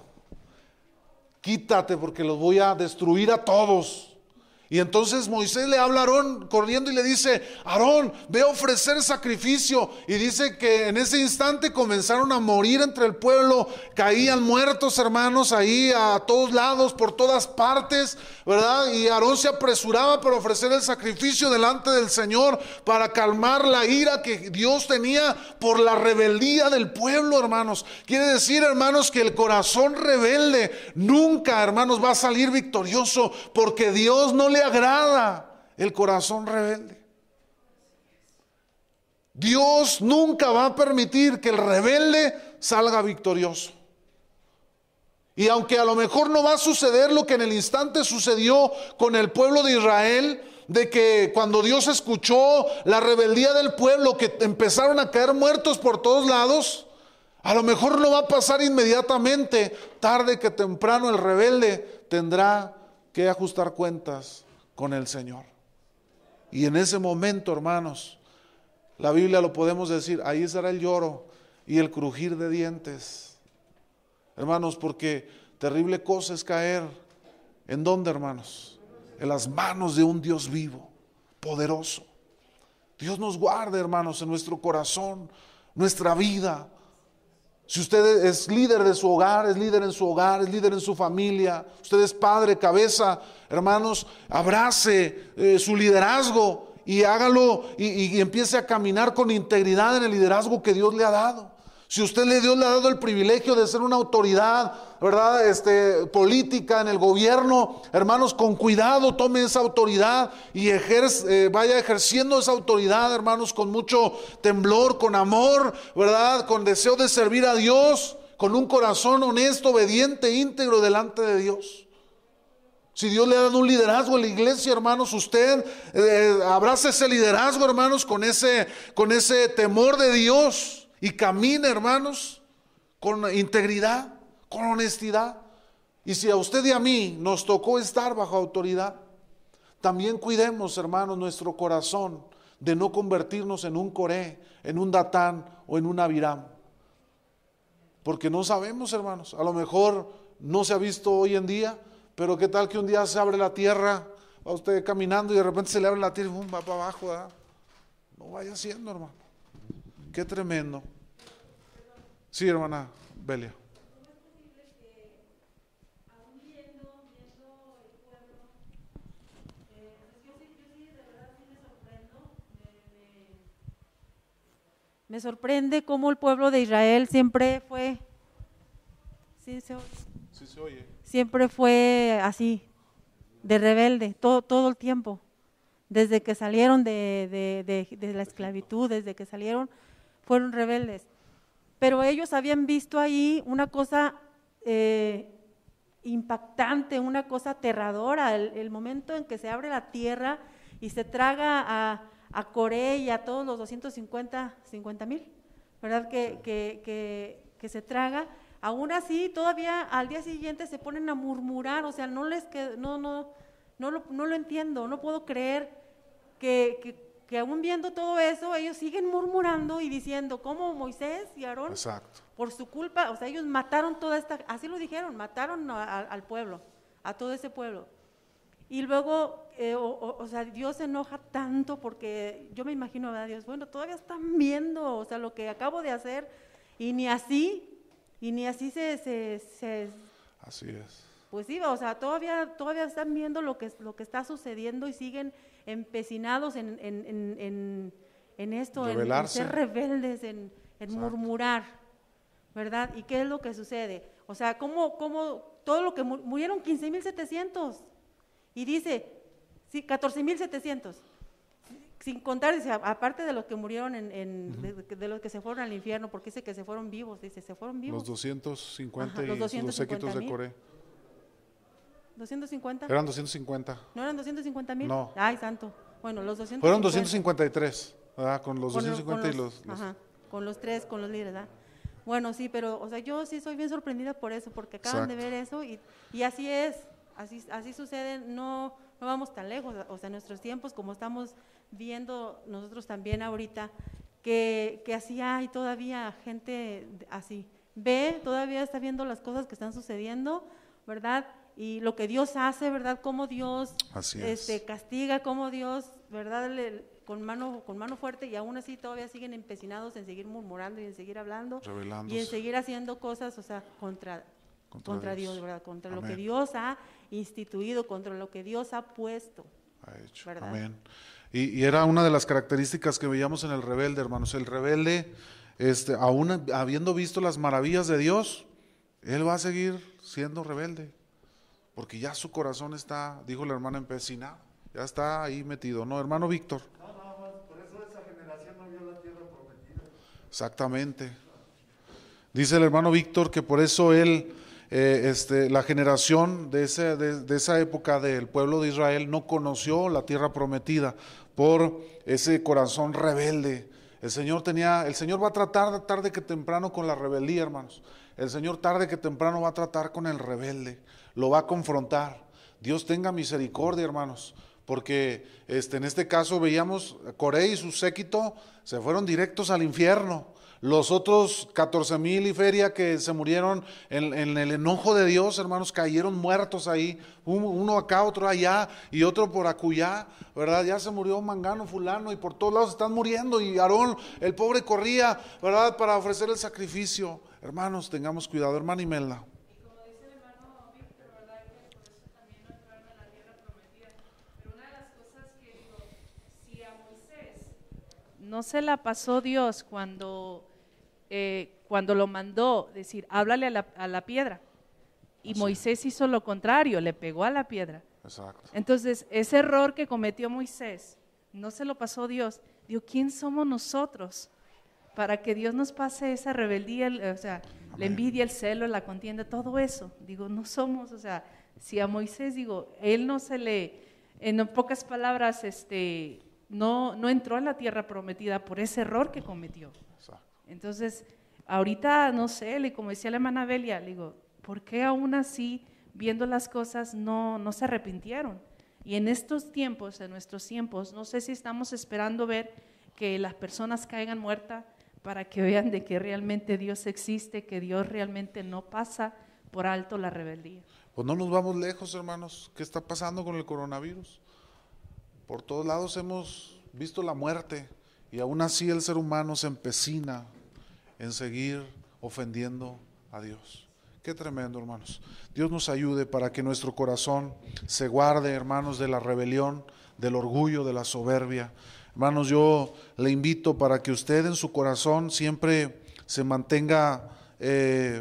quítate porque los voy a destruir a todos. Y entonces Moisés le habla a Aarón corriendo y le dice, Aarón, ve a ofrecer sacrificio. Y dice que en ese instante comenzaron a morir entre el pueblo, caían muertos, hermanos, ahí a todos lados, por todas partes, ¿verdad? Y Aarón se apresuraba para ofrecer el sacrificio delante del Señor, para calmar la ira que Dios tenía por la rebeldía del pueblo, hermanos. Quiere decir, hermanos, que el corazón rebelde nunca, hermanos, va a salir victorioso, porque Dios no le agrada el corazón rebelde. Dios nunca va a permitir que el rebelde salga victorioso. Y aunque a lo mejor no va a suceder lo que en el instante sucedió con el pueblo de Israel, de que cuando Dios escuchó la rebeldía del pueblo, que empezaron a caer muertos por todos lados, a lo mejor no va a pasar inmediatamente. Tarde que temprano el rebelde tendrá que ajustar cuentas con el Señor. Y en ese momento, hermanos, la Biblia lo podemos decir, ahí será el lloro y el crujir de dientes. Hermanos, porque terrible cosa es caer, ¿en dónde, hermanos? En las manos de un Dios vivo, poderoso. Dios nos guarde, hermanos, en nuestro corazón, nuestra vida, Si usted es líder de su hogar, es líder en su hogar, es líder en su familia, usted es padre, cabeza, hermanos, abrace eh, su liderazgo y hágalo y, y empiece a caminar con integridad en el liderazgo que Dios le ha dado. Si usted le Dios le ha dado el privilegio de ser una autoridad, ¿verdad? Este, política en el gobierno, hermanos, con cuidado tome esa autoridad y ejerce, eh, vaya ejerciendo esa autoridad, hermanos, con mucho temblor, con amor, ¿verdad? Con deseo de servir a Dios, con un corazón honesto, obediente, íntegro delante de Dios. Si Dios le ha dado un liderazgo en la iglesia, hermanos, usted eh, abrace ese liderazgo, hermanos, con ese, con ese temor de Dios. Y camine, hermanos, con integridad, con honestidad. Y si a usted y a mí nos tocó estar bajo autoridad, también cuidemos, hermanos, nuestro corazón de no convertirnos en un Coré, en un Datán o en un Abiram. Porque no sabemos, hermanos, a lo mejor no se ha visto hoy en día, pero qué tal que un día se abre la tierra, va usted caminando y de repente se le abre la tierra y ¡bum! Va para abajo, ¿verdad? No vaya haciendo, hermano. Qué tremendo. Sí, hermana Belia. Me sorprende cómo el pueblo de Israel siempre fue, ¿sí se oye? Sí se oye. Siempre fue así, de rebelde, todo, todo el tiempo. Desde que salieron de, de, de, de la esclavitud, desde que salieron, fueron rebeldes. Pero ellos habían visto ahí una cosa eh, impactante, una cosa aterradora, el, el momento en que se abre la tierra y se traga a, a Coré y a todos los doscientos cincuenta mil, ¿verdad? Que, que, que, que se traga. Aún así, todavía al día siguiente se ponen a murmurar, o sea, no les que no, no, no lo, no lo entiendo, no puedo creer que, que que aún viendo todo eso, ellos siguen murmurando y diciendo, ¿cómo Moisés y Aarón? Exacto. Por su culpa, o sea, ellos mataron toda esta, así lo dijeron, mataron a, a, al pueblo, a todo ese pueblo. Y luego, eh, o, o, o sea, Dios se enoja tanto porque yo me imagino, ¿verdad, Dios? Bueno, todavía están viendo, o sea, lo que acabo de hacer, y ni así, y ni así se… se, se así es. Pues sí, o sea, todavía, todavía están viendo lo que, lo que está sucediendo y siguen empecinados en, en, en, en, en esto, en, en ser rebeldes, en, en murmurar, ¿verdad? ¿Y qué es lo que sucede? O sea, ¿cómo, cómo todo lo que mu murieron quince mil setecientos? Y dice, sí, catorce mil setecientos. Sin contar, dice, aparte de los que murieron, en, en, uh-huh. de, de los que se fueron al infierno, porque dice que se fueron vivos, dice, se fueron vivos. Los doscientos cincuenta. Ajá, y los, los séquitos de Coré. ¿doscientos cincuenta? Eran doscientos cincuenta. ¿No eran doscientos cincuenta mil? No. Ay, santo. Bueno, los doscientos cincuenta. Fueron doscientos cincuenta y tres, ¿verdad? Con los con doscientos cincuenta los, con los, y los, los… Ajá, con los tres, con los líderes, ¿verdad? Bueno, sí, pero, o sea, yo sí soy bien sorprendida por eso, porque acaban Exacto. de ver eso y, y así es, así, así sucede, no, no vamos tan lejos, o sea, en nuestros tiempos, como estamos viendo nosotros también ahorita, que, que así hay todavía gente así, ve, todavía está viendo las cosas que están sucediendo, ¿verdad? Y lo que Dios hace, ¿verdad? Cómo Dios este, castiga, cómo Dios, ¿verdad? Le, con mano con mano fuerte, y aún así todavía siguen empecinados en seguir murmurando y en seguir hablando Revelándose. Y en seguir haciendo cosas, o sea, contra, contra, contra Dios. Dios, ¿verdad? Contra Amén. Lo que Dios ha instituido, contra lo que Dios ha puesto. Ha hecho. ¿Verdad? Amén. Y, y era una de las características que veíamos en el rebelde, hermanos. El rebelde, este, aún habiendo visto las maravillas de Dios, él va a seguir siendo rebelde. Porque ya su corazón está, dijo la hermana, empecinado, ya está ahí metido, ¿no, hermano Víctor? No, no, por eso esa generación no vio la tierra prometida. Exactamente. Dice el hermano Víctor que por eso él, eh, este, la generación de, ese, de, de esa época del pueblo de Israel no conoció la tierra prometida por ese corazón rebelde. El Señor tenía, el Señor va a tratar tarde que temprano con la rebeldía, hermanos. El Señor tarde que temprano va a tratar con el rebelde, lo va a confrontar. Dios tenga misericordia, hermanos, porque este, en este caso veíamos Coré y su séquito se fueron directos al infierno. Los otros catorce mil y feria que se murieron en, en el enojo de Dios, hermanos, cayeron muertos ahí, uno acá, otro allá y otro por acullá, ¿verdad? Ya se murió mangano, fulano, y por todos lados están muriendo, y Aarón, el pobre, corría, ¿verdad?, para ofrecer el sacrificio. hermanos, tengamos cuidado. Hermana Imelda. Y como dice el hermano Víctor, ¿verdad? Que por eso también no entraron a la tierra prometida. Pero una de las cosas que digo, si a Moisés no se la pasó Dios cuando, eh, cuando lo mandó decir, háblale a la, a la piedra. Y Así. Moisés hizo lo contrario, le pegó a la piedra. Exacto. Entonces, ese error que cometió Moisés, no se lo pasó Dios. Digo, ¿quién somos nosotros para que Dios nos pase esa rebeldía, el- o sea, la envidia, el celo, la contienda, todo eso? Digo, no somos, o sea, si a Moisés, digo, él no se le, en pocas palabras, este, no, no entró a la tierra prometida por ese error que cometió. Exacto. Entonces, ahorita, no sé, le- como decía la hermana Belia, le digo, ¿por qué aún así, viendo las cosas, no, no se arrepintieron? Y en estos tiempos, en nuestros tiempos, no sé si estamos esperando ver que las personas caigan muertas para que vean de que realmente Dios existe, que Dios realmente no pasa por alto la rebeldía. Pues no nos vamos lejos, hermanos. ¿Qué está pasando con el coronavirus? Por todos lados hemos visto la muerte y aún así el ser humano se empecina en seguir ofendiendo a Dios. Qué tremendo, hermanos. Dios nos ayude para que nuestro corazón se guarde, hermanos, de la rebelión, del orgullo, de la soberbia. Hermanos, yo le invito para que usted en su corazón siempre se mantenga eh,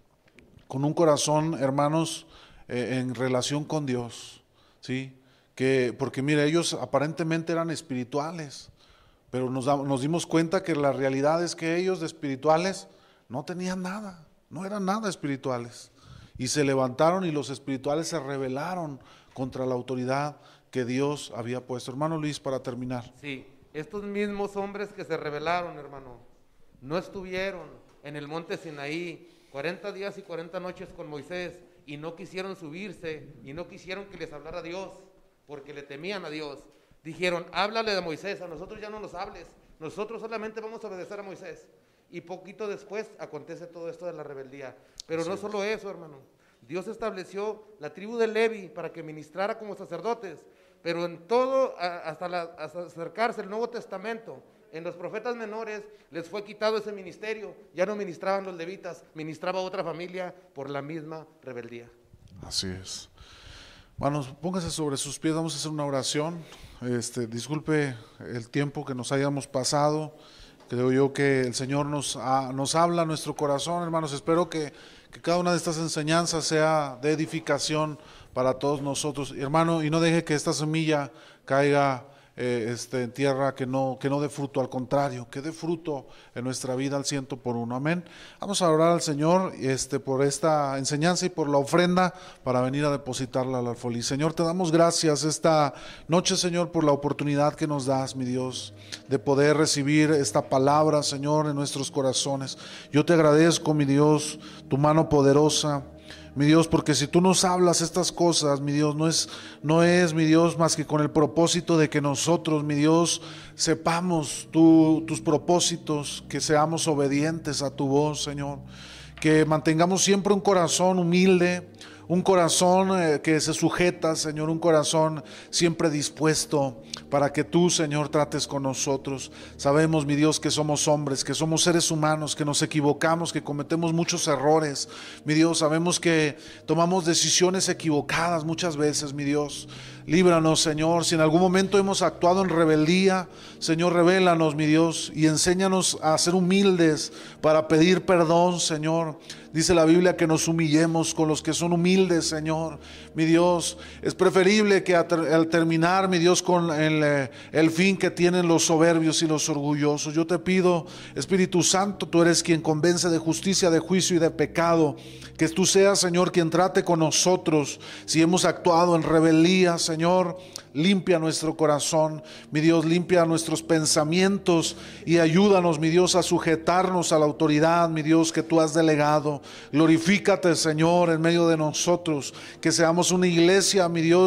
con un corazón, hermanos, eh, en relación con Dios, ¿sí? Que, porque mire, ellos aparentemente eran espirituales, pero nos, da- nos dimos cuenta que la realidad es que ellos de espirituales no tenían nada, no eran nada espirituales. Y se levantaron y los espirituales se rebelaron contra la autoridad que Dios había puesto. Hermano Luis, para terminar. Sí, estos mismos hombres que se rebelaron, hermano, no estuvieron en el monte Sinaí cuarenta días y cuarenta noches con Moisés y no quisieron subirse y no quisieron que les hablara Dios porque le temían a Dios. Dijeron, háblale de Moisés, a nosotros ya no nos hables, nosotros solamente vamos a obedecer a Moisés. Y poquito después acontece todo esto de la rebeldía. Pero no solo eso, hermano. Dios estableció la tribu de Levi para que ministrara como sacerdotes, pero en todo, a- hasta, la- hasta acercarse el Nuevo Testamento, en los profetas menores les fue quitado ese ministerio, ya no ministraban los levitas, ministraba otra familia por la misma rebeldía. Así es. Hermanos, póngase sobre sus pies, vamos a hacer una oración. Este, disculpe el tiempo que nos hayamos pasado. Creo yo que el Señor nos, ha- nos habla a nuestro corazón, hermanos. Espero que, que cada una de estas enseñanzas sea de edificación para todos nosotros, hermano, y no deje que esta semilla caiga eh, este, en tierra que no, que no dé fruto, al contrario, que dé fruto en nuestra vida al ciento por uno. Amén. Vamos a orar al Señor este, por esta enseñanza y por la ofrenda para venir a depositarla al alfolí. Señor, te damos gracias esta noche, Señor, por la oportunidad que nos das, mi Dios, de poder recibir esta palabra, Señor, en nuestros corazones. Yo te agradezco, mi Dios, tu mano poderosa, mi Dios, porque si tú nos hablas estas cosas, mi Dios, no es, no es, mi Dios, más que con el propósito de que nosotros, mi Dios, sepamos tu, tus propósitos, que seamos obedientes a tu voz, Señor, que mantengamos siempre un corazón humilde, un corazón eh, que se sujeta, Señor, un corazón siempre dispuesto para que tú, Señor, trates con nosotros. Sabemos, mi Dios, que somos hombres, que somos seres humanos, que nos equivocamos, que cometemos muchos errores. Mi Dios, sabemos que tomamos decisiones equivocadas muchas veces, mi Dios. Líbranos, Señor, si en algún momento hemos actuado en rebeldía, Señor, revélanos, mi Dios, y enséñanos a ser humildes para pedir perdón, Señor. Dice la Biblia que nos humillemos con los que son humildes, Señor. Mi Dios, es preferible que al terminar, mi Dios, con el, el fin que tienen los soberbios y los orgullosos. Yo te pido, Espíritu Santo, tú eres quien convence de justicia, de juicio y de pecado. Que tú seas, Señor, quien trate con nosotros. Si hemos actuado en rebeldía, Señor, limpia nuestro corazón, mi Dios, limpia nuestros pensamientos y ayúdanos, mi Dios, a sujetarnos a la autoridad, mi Dios, que tú has delegado. Glorifícate, Señor, en medio de nosotros, que seamos una iglesia, mi Dios,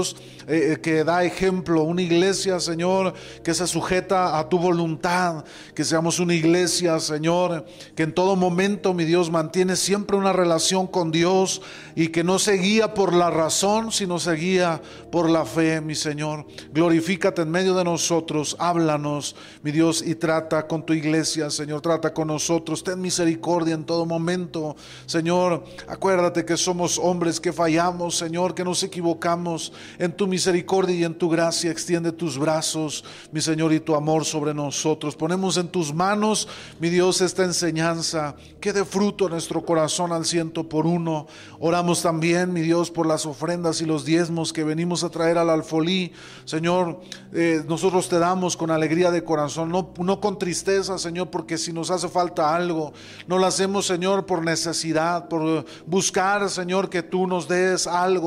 eh, que da ejemplo, una iglesia, Señor, que se sujeta a tu voluntad, que seamos una iglesia, Señor, que en todo momento, mi Dios, mantiene siempre una relación con Dios y que no se guía por la razón, sino se guía por la fe, mi Señor. Glorifícate en medio de nosotros, háblanos, mi Dios, y trata con tu iglesia, Señor, trata con nosotros, ten misericordia en todo momento, Señor. Acuérdate que somos hombres que fallamos, Señor, que nos equivocamos. En tu misericordia y en tu gracia extiende tus brazos, mi Señor, y tu amor sobre nosotros. Ponemos en tus manos, mi Dios, esta enseñanza, que dé fruto en nuestro corazón al ciento por uno. Oramos también, mi Dios, por las ofrendas y los diezmos que venimos a traer al alfolí, Señor. eh, nosotros te damos con alegría de corazón, no, no con tristeza, Señor, porque si nos hace falta algo, no lo hacemos, Señor, por necesidad, por buscar, Señor, que tú nos des algo.